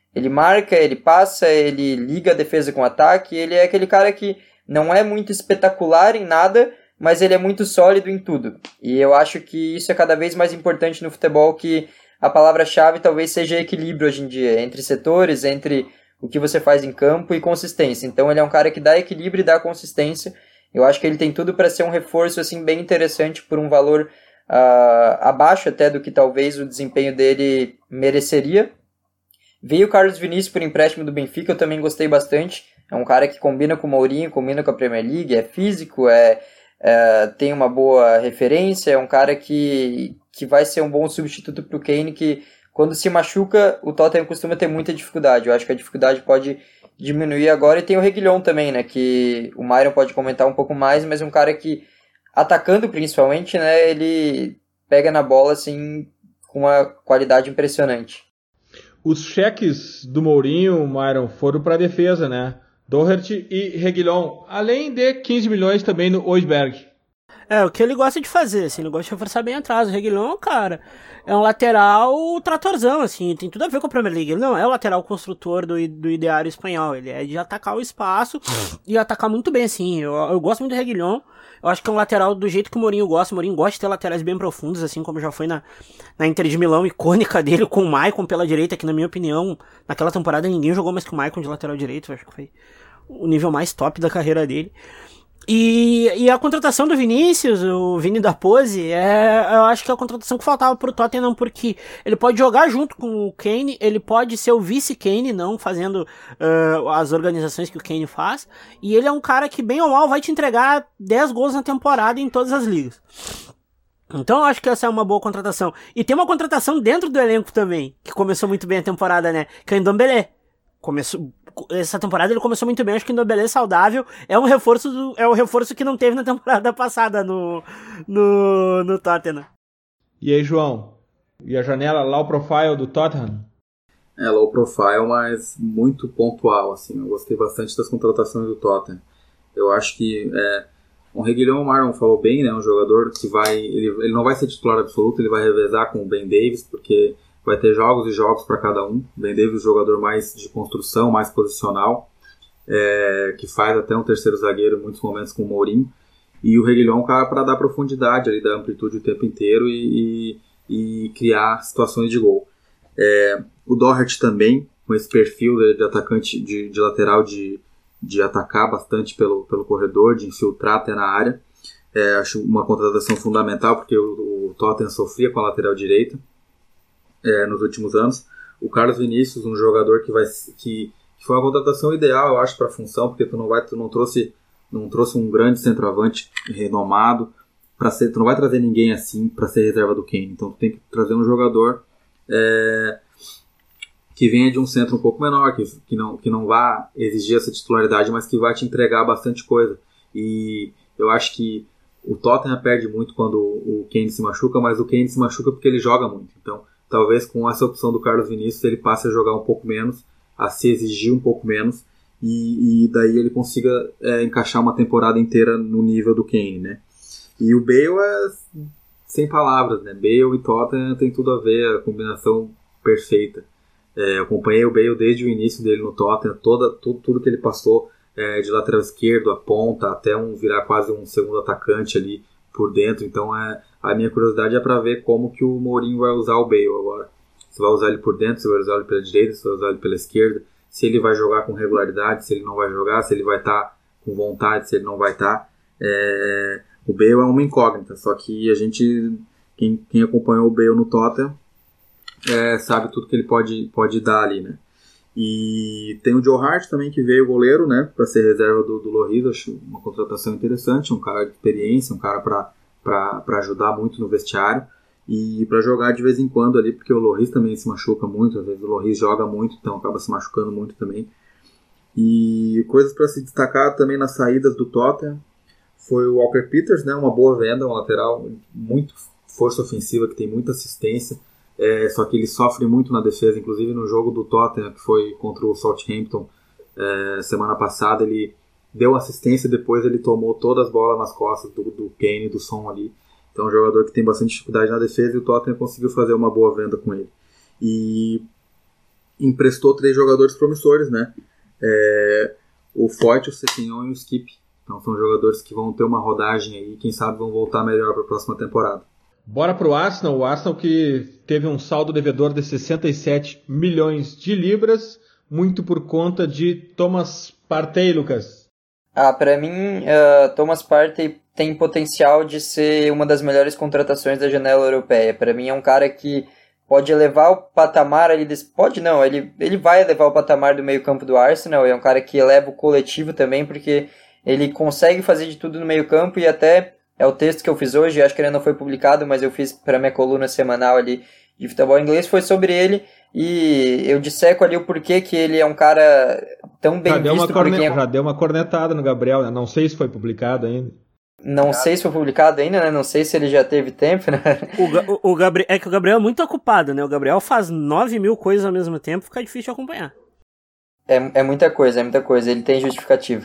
ele marca, ele passa, ele liga a defesa com o ataque, ele é aquele cara que não é muito espetacular em nada, mas ele é muito sólido em tudo. E eu acho que isso é cada vez mais importante no futebol, que a palavra-chave talvez seja equilíbrio hoje em dia, entre setores, entre o que você faz em campo e consistência. Então ele é um cara que dá equilíbrio e dá consistência. Eu acho que ele tem tudo para ser um reforço assim, bem interessante por um valor uh, abaixo até do que talvez o desempenho dele mereceria. Veio o Carlos Vinícius por empréstimo do Benfica, eu também gostei bastante. É um cara que combina com o Mourinho, combina com a Premier League, é físico, é, é, tem uma boa referência, é um cara que, que vai ser um bom substituto para o Kane, que quando se machuca, o Tottenham costuma ter muita dificuldade. Eu acho que a dificuldade pode diminuir agora. E tem o Reguilhon também, né, que o Myron pode comentar um pouco mais, mas um cara que, atacando principalmente, né, ele pega na bola assim, com uma qualidade impressionante. Os cheques do Mourinho, Myron, foram para a defesa, né? Doherty e Reguilhon, além de quinze milhões também no Oisberg. É, o que ele gosta de fazer, assim, ele gosta de reforçar bem atrás. O Reguilhon, cara, é um lateral tratorzão, assim, tem tudo a ver com a Premier League. Ele não é o lateral construtor do, do ideário espanhol, ele é de atacar o espaço e atacar muito bem, assim. Eu, eu gosto muito do Reguilhon, eu acho que é um lateral do jeito que o Mourinho gosta. O Mourinho gosta de ter laterais bem profundos, assim como já foi na, na Inter de Milão, icônica dele, com o Maicon pela direita, que na minha opinião, naquela temporada ninguém jogou mais que o Maicon de lateral direito, eu acho que foi o nível mais top da carreira dele. E, e a contratação do Vinícius, o Vini da Pose, é, eu acho que é a contratação que faltava pro Tottenham, porque ele pode jogar junto com o Kane, ele pode ser o vice-Kane, não fazendo uh, as organizações que o Kane faz, e ele é um cara que, bem ou mal, vai te entregar dez gols na temporada em todas as ligas. Então eu acho que essa é uma boa contratação. E tem uma contratação dentro do elenco também, que começou muito bem a temporada, né, que é o Ndombele. Começou... Essa temporada ele começou muito bem, acho que o Ndombele saudável é um reforço do, é um reforço que não teve na temporada passada no, no, no Tottenham. E aí, João? E a janela low profile do Tottenham? É, low profile, mas muito pontual, assim. Eu gostei bastante das contratações do Tottenham. Eu acho que é, o Reguilhon, o Marlon falou bem, né? Um jogador que vai... Ele, ele não vai ser titular absoluto, ele vai revezar com o Ben Davies, porque... vai ter jogos e jogos para cada um. Ben Davies, jogador mais de construção, mais posicional, é, que faz até um terceiro zagueiro em muitos momentos com o Mourinho. E o Reguilhon é um cara para dar profundidade, ali, dar amplitude o tempo inteiro e, e, e criar situações de gol. É, o Doherty também, com esse perfil de, de atacante, de, de lateral, de, de atacar bastante pelo, pelo corredor, de infiltrar até na área. É, acho uma contratação fundamental, porque o, o Tottenham sofria com a lateral direita. É, nos últimos anos. O Carlos Vinícius, um jogador que vai que, que foi uma contratação ideal, eu acho, para a função, porque tu não vai tu não trouxe não trouxe um grande centroavante renomado para ser, tu não vai trazer ninguém assim para ser reserva do Kane, então tu tem que trazer um jogador é, que venha de um centro um pouco menor, que, que não que não vá exigir essa titularidade, mas que vai te entregar bastante coisa. E eu acho que o Tottenham perde muito quando o Kane se machuca, mas o Kane se machuca porque ele joga muito, então talvez com essa opção do Carlos Vinícius ele passe a jogar um pouco menos, a se exigir um pouco menos, e, e daí ele consiga é, encaixar uma temporada inteira no nível do Kane, né? E o Bale é sem palavras, né? Bale e Tottenham tem tudo a ver, a combinação perfeita. É, eu acompanhei o Bale desde o início dele no Tottenham, toda, tudo, tudo que ele passou é, de lateral esquerdo, a ponta, até um virar quase um segundo atacante ali por dentro, então é, a minha curiosidade é para ver como que o Mourinho vai usar o Bale agora. Se vai usar ele por dentro, se vai usar ele pela direita, se vai usar ele pela esquerda, se ele vai jogar com regularidade, se ele não vai jogar, se ele vai estar tá com vontade, se ele não vai estar. Tá. É, o Bale é uma incógnita, só que a gente, quem, quem acompanhou o Bale no Tottenham, é, sabe tudo que ele pode, pode dar ali, né? E tem o Joe Hart também, que veio goleiro, né, para ser reserva do, do Lloris. Acho uma contratação interessante, um cara de experiência, um cara para ajudar muito no vestiário e para jogar de vez em quando ali, porque o Lloris também se machuca muito, às vezes o Lloris joga muito, então acaba se machucando muito também. E coisas para se destacar também nas saídas do Tottenham foi o Walker Peters, né, uma boa venda, um lateral muito força ofensiva, que tem muita assistência. É, só que ele sofre muito na defesa, inclusive no jogo do Tottenham, que foi contra o Southampton é, semana passada, ele deu assistência e depois ele tomou todas as bolas nas costas do, do Kane e do Son ali. Então é um jogador que tem bastante dificuldade na defesa e o Tottenham conseguiu fazer uma boa venda com ele. E emprestou três jogadores promissores, né? É, o Foyt, o Cessignon e o Skip. Então são jogadores que vão ter uma rodagem aí, quem sabe vão voltar melhor para a próxima temporada. Bora pro Arsenal, o Arsenal que teve um saldo devedor de sessenta e sete milhões de libras, muito por conta de Thomas Partey, Lucas. Ah, para mim, uh, Thomas Partey tem potencial de ser uma das melhores contratações da janela europeia. Para mim é um cara que pode elevar o patamar ali, desse... pode não, ele, ele vai elevar o patamar do meio campo do Arsenal, é um cara que eleva o coletivo também, porque ele consegue fazer de tudo no meio campo e até, é o texto que eu fiz hoje, acho que ele não foi publicado, mas eu fiz para minha coluna semanal ali de futebol inglês, foi sobre ele, e eu disseco ali o porquê que ele é um cara tão bem já deu visto. Uma corne... quem é... Já deu uma cornetada no Gabriel, né? Não sei se foi publicado ainda. Não sei se foi publicado ainda, né? Não sei se ele já teve tempo, né? O, o, o Gabriel, é que o Gabriel é muito ocupado, né? O Gabriel faz nove mil coisas ao mesmo tempo, fica difícil de acompanhar. É, é muita coisa, é muita coisa. Ele tem justificativa.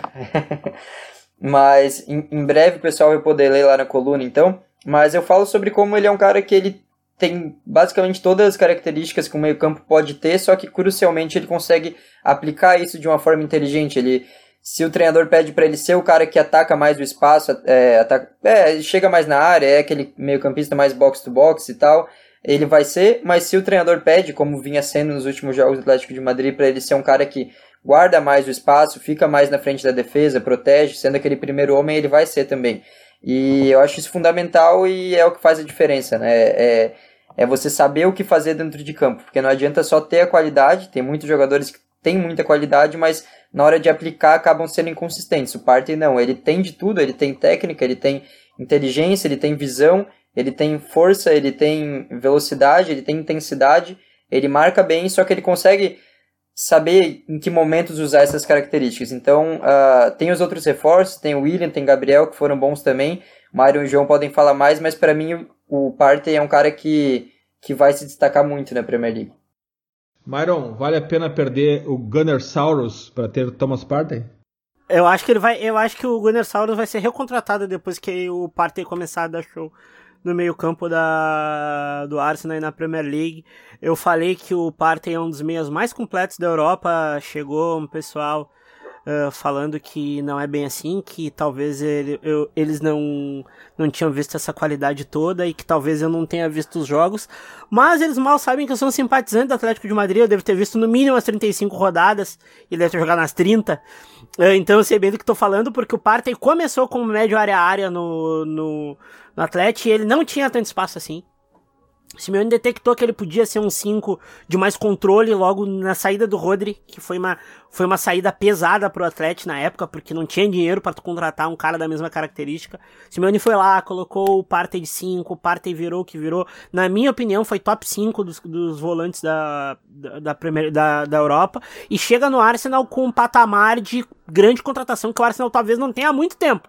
Mas em, em breve o pessoal vai poder ler lá na coluna, então. Mas eu falo sobre como ele é um cara que ele tem basicamente todas as características que o meio-campo pode ter, só que crucialmente ele consegue aplicar isso de uma forma inteligente. Ele, se o treinador pede para ele ser o cara que ataca mais o espaço, é, ataca, é, chega mais na área, é aquele meio-campista mais box-to-box e tal, ele vai ser, mas se o treinador pede, como vinha sendo nos últimos jogos do Atlético de Madrid, para ele ser um cara que guarda mais o espaço, fica mais na frente da defesa, protege, sendo aquele primeiro homem, ele vai ser também. E eu acho isso fundamental e é o que faz a diferença, né? É, é você saber o que fazer dentro de campo, porque não adianta só ter a qualidade, tem muitos jogadores que têm muita qualidade, mas na hora de aplicar acabam sendo inconsistentes. O Partey não, ele tem de tudo, ele tem técnica, ele tem inteligência, ele tem visão, ele tem força, ele tem velocidade, ele tem intensidade, ele marca bem, só que ele consegue saber em que momentos usar essas características. Então, uh, tem os outros reforços, tem o Willian, tem o Gabriel, que foram bons também, o Mário e o João podem falar mais, mas para mim o, o Partey é um cara que, que vai se destacar muito na Premier League. Myron, vale a pena perder o Gunnersaurus para ter o Thomas Partey? Eu acho que ele vai, eu acho que o Gunnersaurus vai ser recontratado depois que o Partey começar a dar show no meio-campo da do Arsenal e na Premier League. Eu falei que o Partey é um dos meias mais completos da Europa. Chegou um pessoal uh, falando que não é bem assim, que talvez ele, eu, eles não, não tinham visto essa qualidade toda e que talvez eu não tenha visto os jogos. Mas eles mal sabem que eu sou um simpatizante do Atlético de Madrid. Eu devo ter visto no mínimo as trinta e cinco rodadas e deve ter jogado nas trinta. Uh, então eu sei bem do que estou falando, porque o Partey começou como médio área-área no... no No Atlético, ele não tinha tanto espaço assim. O Simeone detectou que ele podia ser um cinco de mais controle logo na saída do Rodri, que foi uma, foi uma saída pesada pro Atlético na época, porque não tinha dinheiro para contratar um cara da mesma característica. O Simeone foi lá, colocou o Partey de cinco, o Partey virou o que virou. Na minha opinião, foi top cinco dos, dos volantes da, da, da, Premier, da, da Europa, e chega no Arsenal com um patamar de grande contratação que o Arsenal talvez não tenha há muito tempo.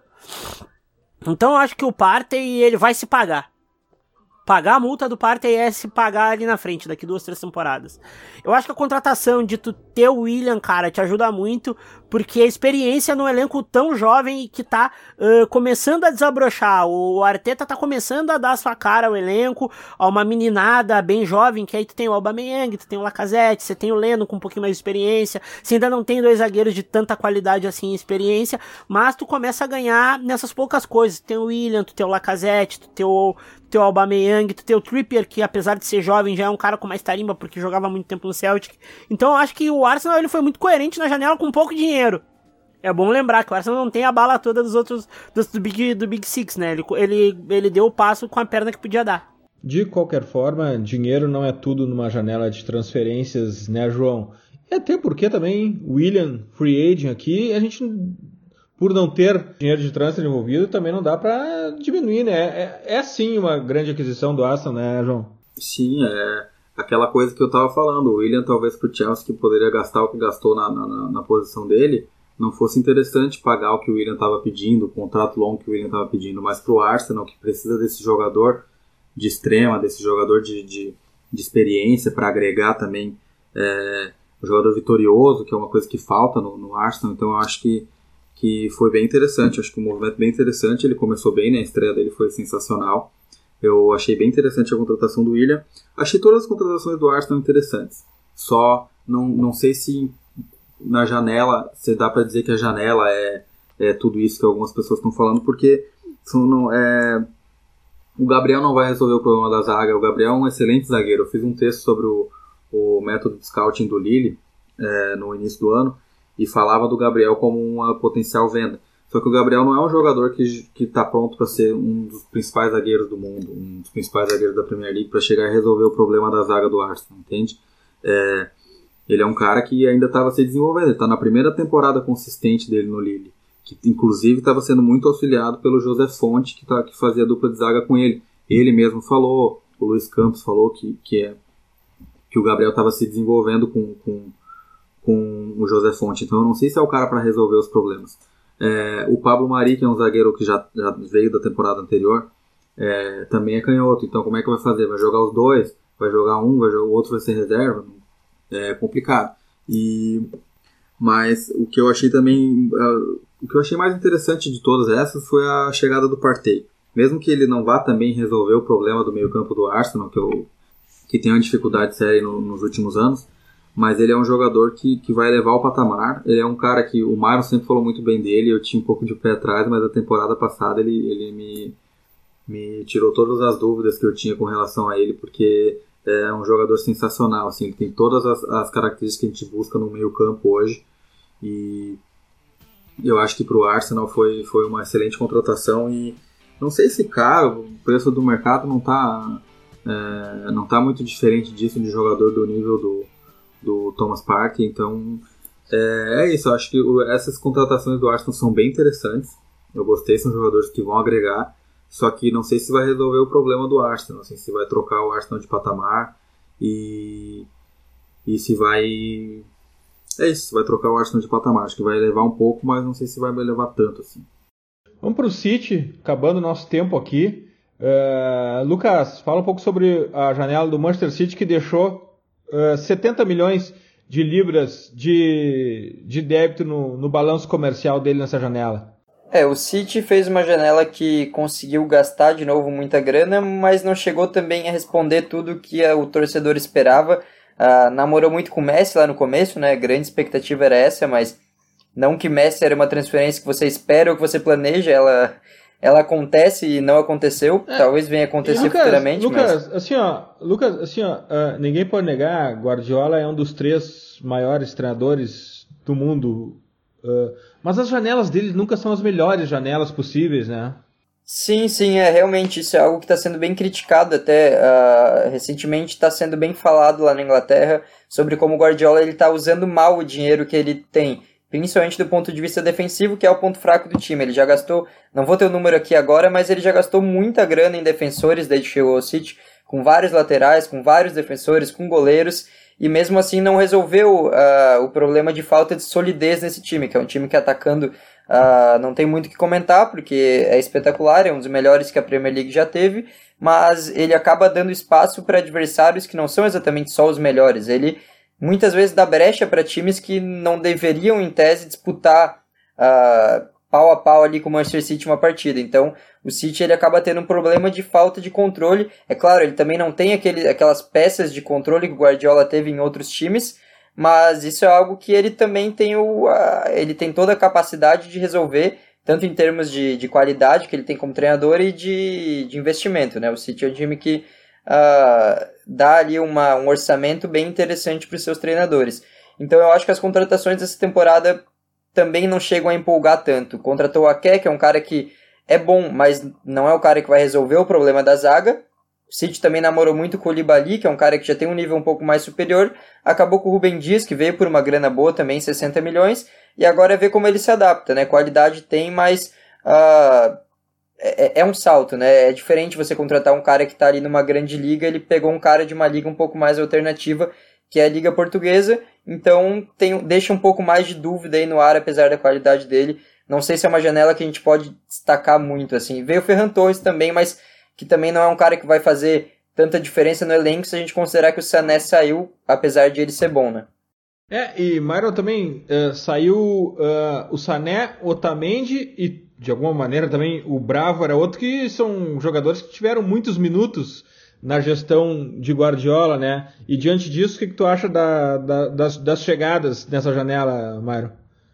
Então eu acho que o Partey, ele vai se pagar. Pagar a multa do Partey é se pagar ali na frente, daqui duas, três temporadas. Eu acho que a contratação de tu ter o Willian, cara, te ajuda muito, porque a experiência num elenco tão jovem que tá uh, começando a desabrochar. O Arteta tá começando a dar a sua cara ao elenco, a uma meninada bem jovem, que aí tu tem o Aubameyang, tu tem o Lacazette, você tem o Leno com um pouquinho mais de experiência, você ainda não tem dois zagueiros de tanta qualidade assim em experiência, mas tu começa a ganhar nessas poucas coisas. Tu tem o Willian, tu tem o Lacazette, tu tem o teu Aubameyang, tu tem o Trippier, que apesar de ser jovem já é um cara com mais tarimba porque jogava muito tempo no Celtic. Então eu acho que o Arsenal ele foi muito coerente na janela com pouco dinheiro. É bom lembrar que o Arsenal não tem a bala toda dos outros dos, do, Big, do Big Six, né? Ele, ele, ele deu o passo com a perna que podia dar. De qualquer forma, dinheiro não é tudo numa janela de transferências, né, João? E até porque também Willian, free agent aqui, a gente... por não ter dinheiro de transfer envolvido, também não dá para diminuir, né? É, é sim uma grande aquisição do Arsenal, né, João? Sim, é aquela coisa que eu tava falando. O Willian, talvez pro Chelsea, que poderia gastar o que gastou na, na, na posição dele, não fosse interessante pagar o que o Willian tava pedindo, o contrato longo que o Willian tava pedindo, mas pro Arsenal, que precisa desse jogador de extrema, desse jogador de, de, de experiência para agregar também é, um jogador vitorioso, que é uma coisa que falta no, no Arsenal, então eu acho que que foi bem interessante, acho que um movimento bem interessante, ele começou bem, né? A estreia dele foi sensacional, eu achei bem interessante a contratação do Willian, achei todas as contratações do Arsenal interessantes, só não, não sei se na janela, se dá para dizer que a janela é, é tudo isso que algumas pessoas estão falando, porque são, não, é, o Gabriel não vai resolver o problema da zaga. O Gabriel é um excelente zagueiro. Eu fiz um texto sobre o, o método de scouting do Lille é, no início do ano e falava do Gabriel como uma potencial venda. Só que o Gabriel não é um jogador que está pronto para ser um dos principais zagueiros do mundo, um dos principais zagueiros da Premier League, para chegar e resolver o problema da zaga do Arsenal, entende? É, ele é um cara que ainda estava se desenvolvendo, ele está na primeira temporada consistente dele no Lille, que inclusive estava sendo muito auxiliado pelo José Fonte, que, tá, que fazia dupla de zaga com ele. Ele mesmo falou, o Luiz Campos falou que, que, é, que o Gabriel estava se desenvolvendo com, com, com o José Fonte, então eu não sei se é o cara para resolver os problemas. É, o Pablo Mari, que é um zagueiro que já, já veio da temporada anterior, é, também é canhoto, então como é que vai fazer? Vai jogar os dois? Vai jogar um, vai jogar, o outro vai ser reserva? É complicado. E, mas o que eu achei também, uh, o que eu achei mais interessante de todas essas foi a chegada do Partey. Mesmo que ele não vá também resolver o problema do meio campo do Arsenal, que, eu, que tem uma dificuldade séria no, nos últimos anos, mas ele é um jogador que, que vai levar o patamar. Ele é um cara que o Myron sempre falou muito bem dele, eu tinha um pouco de pé atrás, mas a temporada passada ele, ele me, me tirou todas as dúvidas que eu tinha com relação a ele, porque é um jogador sensacional, assim, ele tem todas as, as características que a gente busca no meio campo hoje, e eu acho que para o Arsenal foi, foi uma excelente contratação, e não sei se caro, o preço do mercado não está é, não tá muito diferente disso de jogador do nível do do Thomas Partey, então é, é isso, eu acho que o, essas contratações do Arsenal são bem interessantes, eu gostei, são jogadores que vão agregar, só que não sei se vai resolver o problema do Arsenal, assim, se vai trocar o Arsenal de patamar e, e se vai é isso, se vai trocar o Arsenal de patamar, acho que vai levar um pouco, mas não sei se vai levar tanto assim. Vamos para o City, acabando o nosso tempo aqui. Uh, Lucas, fala um pouco sobre a janela do Manchester City, que deixou Uh, setenta milhões de libras de, de débito no, no balanço comercial dele nessa janela. É, o City fez uma janela que conseguiu gastar de novo muita grana, mas não chegou também a responder tudo que a, o torcedor esperava. Uh, namorou muito com o Messi lá no começo, né? A grande expectativa era essa, mas não que Messi era uma transferência que você espera ou que você planeja, ela... Ela acontece e não aconteceu, é, talvez venha acontecer Lucas, futuramente. Lucas, mas... assim, ó, Lucas, assim, ó, uh, ninguém pode negar, Guardiola é um dos três maiores treinadores do mundo, uh, mas as janelas dele nunca são as melhores janelas possíveis, né? Sim, sim, é realmente isso é algo que está sendo bem criticado até, uh, recentemente está sendo bem falado lá na Inglaterra sobre como o Guardiola está usando mal o dinheiro que ele tem, principalmente do ponto de vista defensivo, que é o ponto fraco do time. Ele já gastou, não vou ter o número aqui agora, mas ele já gastou muita grana em defensores desde que chegou ao City, com vários laterais, com vários defensores, com goleiros, e mesmo assim não resolveu uh, o problema de falta de solidez nesse time, que é um time que atacando uh, não tem muito o que comentar, porque é espetacular, é um dos melhores que a Premier League já teve, mas ele acaba dando espaço para adversários que não são exatamente só os melhores. Ele muitas vezes dá brecha para times que não deveriam, em tese, disputar uh, pau a pau ali com o Manchester City uma partida. Então, o City ele acaba tendo um problema de falta de controle. É claro, ele também não tem aquele, aquelas peças de controle que o Guardiola teve em outros times, mas isso é algo que ele também tem, o, uh, ele tem toda a capacidade de resolver, tanto em termos de, de qualidade que ele tem como treinador e de, de investimento, né? O City é um time que Uh, dá ali uma, um orçamento bem interessante para os seus treinadores. Então eu acho que as contratações dessa temporada também não chegam a empolgar tanto. Contratou o Ake, que é um cara que é bom, mas não é o cara que vai resolver o problema da zaga. O City também namorou muito com o Koulibaly, que é um cara que já tem um nível um pouco mais superior. Acabou com o Rúben Dias, que veio por uma grana boa também, sessenta milhões. E agora é ver como ele se adapta, né? Qualidade tem, mas... Uh, É, é um salto, né? É diferente você contratar um cara que está ali numa grande liga, ele pegou um cara de uma liga um pouco mais alternativa, que é a Liga Portuguesa, então tem, deixa um pouco mais de dúvida aí no ar, apesar da qualidade dele. Não sei se é uma janela que a gente pode destacar muito, assim. Veio o Ferran Torres também, mas que também não é um cara que vai fazer tanta diferença no elenco se a gente considerar que o Sané saiu, apesar de ele ser bom, né? É, e Myron também uh, saiu uh, o Sané, o Otamendi e de alguma maneira também o Bravo era outro, que são jogadores que tiveram muitos minutos na gestão de Guardiola, né? E diante disso, o que, que tu acha da, da, das, das chegadas nessa janela, Myron?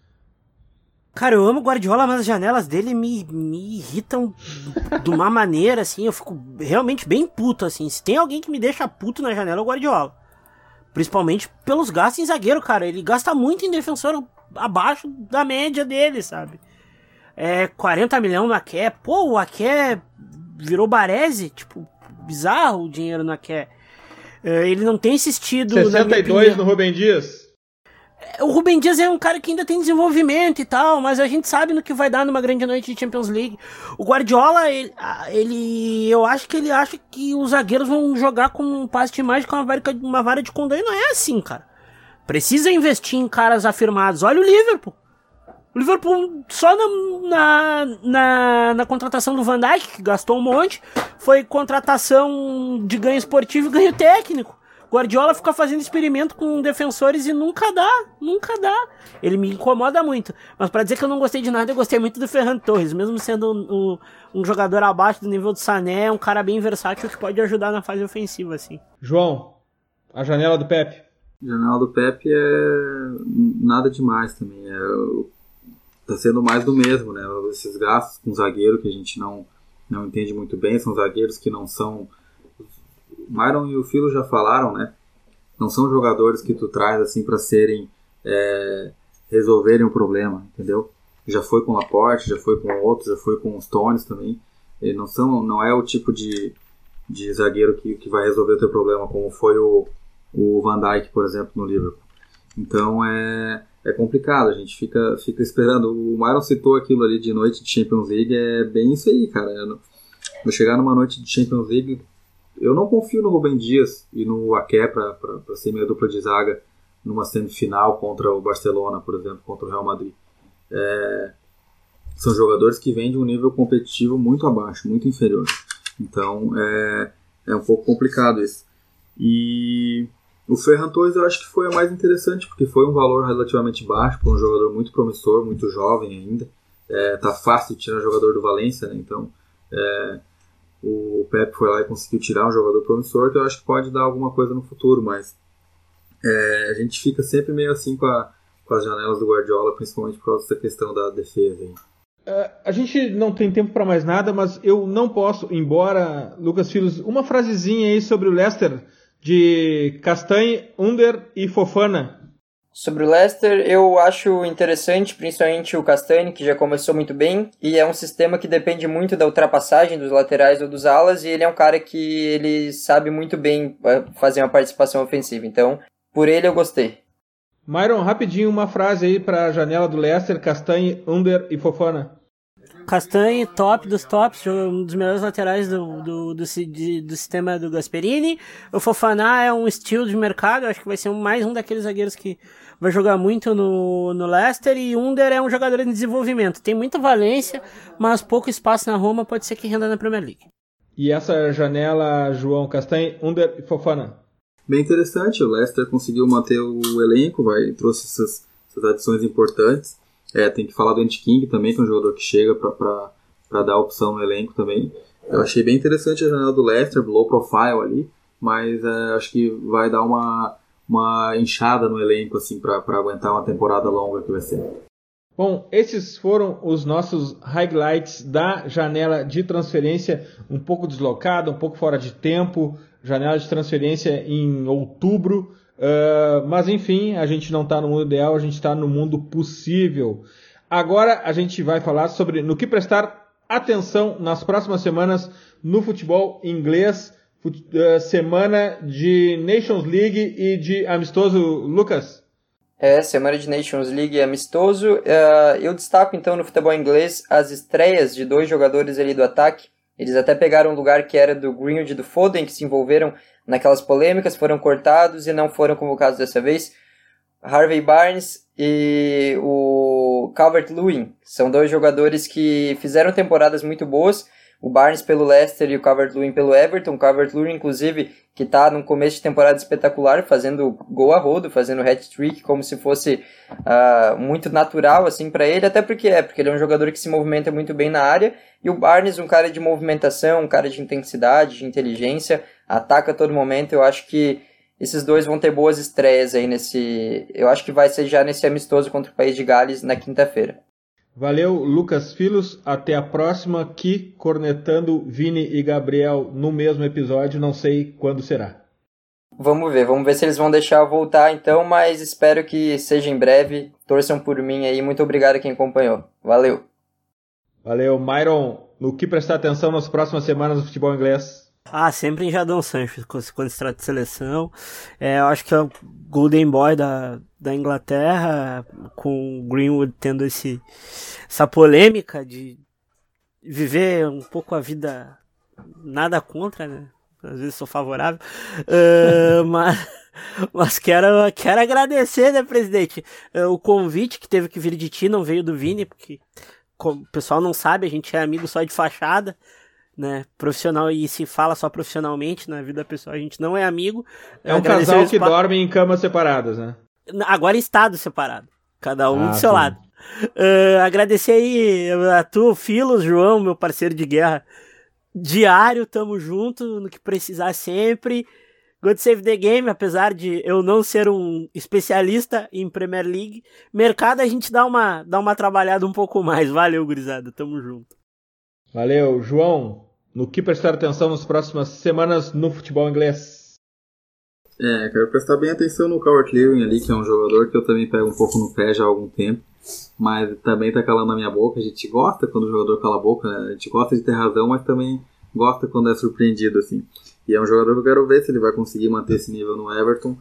Cara, eu amo o Guardiola, mas as janelas dele me, me irritam de uma maneira, assim, eu fico realmente bem puto, assim. Se tem alguém que me deixa puto na janela, é o Guardiola. Principalmente pelos gastos em zagueiro, cara. Ele gasta muito em defensor abaixo da média dele, sabe? É quarenta milhões no Aké. Pô, o Aké virou Baresi, tipo, bizarro o dinheiro no Aké. É, ele não tem insistido... sessenta e dois no Rubem Dias. O Rubem Dias é um cara que ainda tem desenvolvimento e tal, mas a gente sabe no que vai dar numa grande noite de Champions League. O Guardiola, ele, ele eu acho que ele acha que os zagueiros vão jogar com um passe de mágica com uma vara, uma vara de condão, e não é assim, cara. Precisa investir em caras afirmados. Olha o Liverpool. O Liverpool, só na, na, na, na contratação do Van Dijk, que gastou um monte, foi contratação de ganho esportivo e ganho técnico. Guardiola fica fazendo experimento com defensores e nunca dá, nunca dá. Ele me incomoda muito. Mas pra dizer que eu não gostei de nada, eu gostei muito do Ferran Torres. Mesmo sendo um, um, um jogador abaixo do nível do Sané, é um cara bem versátil que pode ajudar na fase ofensiva, assim. João, a janela do Pepe. A janela do Pepe é nada demais também. É, tá sendo mais do mesmo, né? Esses gastos com zagueiro que a gente não, não entende muito bem, são zagueiros que não são... Myron e o Filo já falaram, né? Não são jogadores que tu traz assim para serem é, resolverem o problema, entendeu? Já foi com o Laporte, já foi com outros, já foi com os Stones também. E não são, não é o tipo de, de zagueiro que, que vai resolver o teu problema, como foi o, o Van Dijk, por exemplo, no Liverpool. Então é, é complicado, a gente fica, fica esperando. O Myron citou aquilo ali de noite de Champions League, é bem isso aí, cara. Eu, eu chegar numa noite de Champions League, eu não confio no Rubem Dias e no Aké para ser minha dupla de zaga numa semifinal contra o Barcelona, por exemplo, contra o Real Madrid. É, são jogadores que vêm de um nível competitivo muito abaixo, muito inferior. Então é, é um pouco complicado isso. E o Ferran Torres eu acho que foi a mais interessante, porque foi um valor relativamente baixo para um jogador muito promissor, muito jovem ainda. É, tá fácil de tirar jogador do Valência, né? Então é, o Pep foi lá e conseguiu tirar um jogador promissor que eu acho que pode dar alguma coisa no futuro, mas é, a gente fica sempre meio assim com, a, com as janelas do Guardiola, principalmente por causa dessa questão da defesa. Hein? Uh, a gente não tem tempo para mais nada, mas eu não posso, embora, Lucas Filos, uma frasezinha aí sobre o Leicester de Castanhe, Under e Fofana. Sobre o Leicester, eu acho interessante, principalmente o Castanhe, que já começou muito bem, e é um sistema que depende muito da ultrapassagem dos laterais ou dos alas, e ele é um cara que ele sabe muito bem fazer uma participação ofensiva, então, por ele eu gostei. Myron, rapidinho, uma frase aí para a janela do Leicester, Castanhe, Under e Fofana. Castanhe, top dos tops, um dos melhores laterais do, do, do, do, do sistema do Gasperini. O Fofana é um estilo de mercado, acho que vai ser mais um daqueles zagueiros que vai jogar muito no, no Leicester, e Under é um jogador em desenvolvimento. Tem muita valência, mas pouco espaço na Roma, pode ser que renda na Premier League. E essa janela, João, Castanhe, Under e Fofana? Bem interessante, o Leicester conseguiu manter o elenco, vai, trouxe essas, essas adições importantes. É, tem que falar do Andy King também, que é um jogador que chega para dar opção no elenco também. Eu achei bem interessante a janela do Leicester, low profile ali, mas é, acho que vai dar uma, uma inchada no elenco assim, para aguentar uma temporada longa que vai ser. Bom, esses foram os nossos highlights da janela de transferência, um pouco deslocada, um pouco fora de tempo, janela de transferência em outubro. Uh, mas enfim, a gente não está no mundo ideal, a gente está no mundo possível. Agora a gente vai falar sobre no que prestar atenção nas próximas semanas no futebol inglês, fut, uh, semana de Nations League e de amistoso. Lucas? É, semana de Nations League e amistoso. Uh, eu destaco então no futebol inglês as estreias de dois jogadores ali do ataque. Eles até pegaram um lugar que era do Greenwood e do Foden, que se envolveram naquelas polêmicas, foram cortados e não foram convocados dessa vez. Harvey Barnes e o Calvert-Lewin são dois jogadores que fizeram temporadas muito boas, o Barnes pelo Leicester e o Calvert-Lewin pelo Everton. O Calvert-Lewin, inclusive, que está num começo de temporada espetacular, fazendo gol a rodo, fazendo hat-trick, como se fosse uh, muito natural assim para ele, até porque é, porque ele é um jogador que se movimenta muito bem na área, e o Barnes, um cara de movimentação, um cara de intensidade, de inteligência, ataca a todo momento. Eu acho que esses dois vão ter boas estreias aí nesse... Eu acho que vai ser já nesse amistoso contra o País de Gales na quinta-feira. Valeu, Lucas Filos. Até a próxima, aqui cornetando Vini e Gabriel no mesmo episódio. Não sei quando será. Vamos ver, vamos ver se eles vão deixar eu voltar então, mas espero que seja em breve. Torçam por mim aí. Muito obrigado a quem acompanhou. Valeu. Valeu, Myron. No que prestar atenção nas próximas semanas do futebol inglês? Ah, sempre em Jadon Sancho, quando se trata de seleção. É, eu acho que é o Golden Boy da, da Inglaterra, com o Greenwood tendo esse, essa polêmica de viver um pouco a vida nada contra, né? Às vezes sou favorável. uh, mas mas quero, quero agradecer, né, presidente? Uh, o convite que teve que vir de ti não veio do Vini, porque como o pessoal não sabe, a gente é amigo só de fachada, né, profissional, e se fala só profissionalmente, na vida pessoal a gente não é amigo. É um casal que dorme em camas separadas, né? Agora em estado separado, cada um ah, do seu sim. lado. Uh, agradecer aí a tu, Filos, João, meu parceiro de guerra diário, tamo junto no que precisar sempre. God Save the Game, apesar de eu não ser um especialista em Premier League, mercado a gente dá uma, dá uma trabalhada um pouco mais. Valeu, gurizada, tamo junto. Valeu, João. No que prestar atenção nas próximas semanas no futebol inglês? É, quero prestar bem atenção no Calvert-Lewin ali, que é um jogador que eu também pego um pouco no pé já há algum tempo, mas também tá calando a minha boca. A gente gosta quando o jogador cala a boca, né? A gente gosta de ter razão, mas também gosta quando é surpreendido, assim. E é um jogador que eu quero ver se ele vai conseguir manter esse nível no Everton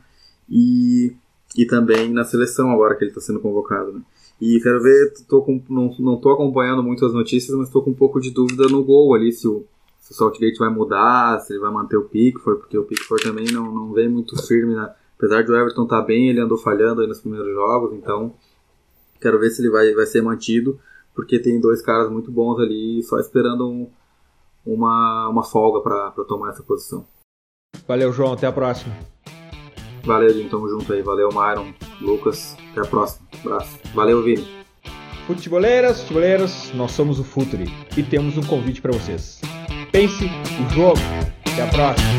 e, e também na seleção agora que ele está sendo convocado, né? E quero ver, tô com, não, não tô acompanhando muito as notícias, mas estou com um pouco de dúvida no gol ali, se o, se o Southgate vai mudar, se ele vai manter o Pickford, porque o Pickford também não, não vem muito firme, né? Apesar de o Everton estar tá bem, ele andou falhando aí nos primeiros jogos, então quero ver se ele vai, vai ser mantido, porque tem dois caras muito bons ali, só esperando um Uma, uma folga para tomar essa posição. Valeu, João. Até a próxima. Valeu, Jim. Tamo junto aí. Valeu, Myron, Lucas. Até a próxima. Abraço. Valeu, Vini. Futeboleiras, futeboleiros, nós somos o Futuri e temos um convite para vocês. Pense o jogo. Até a próxima.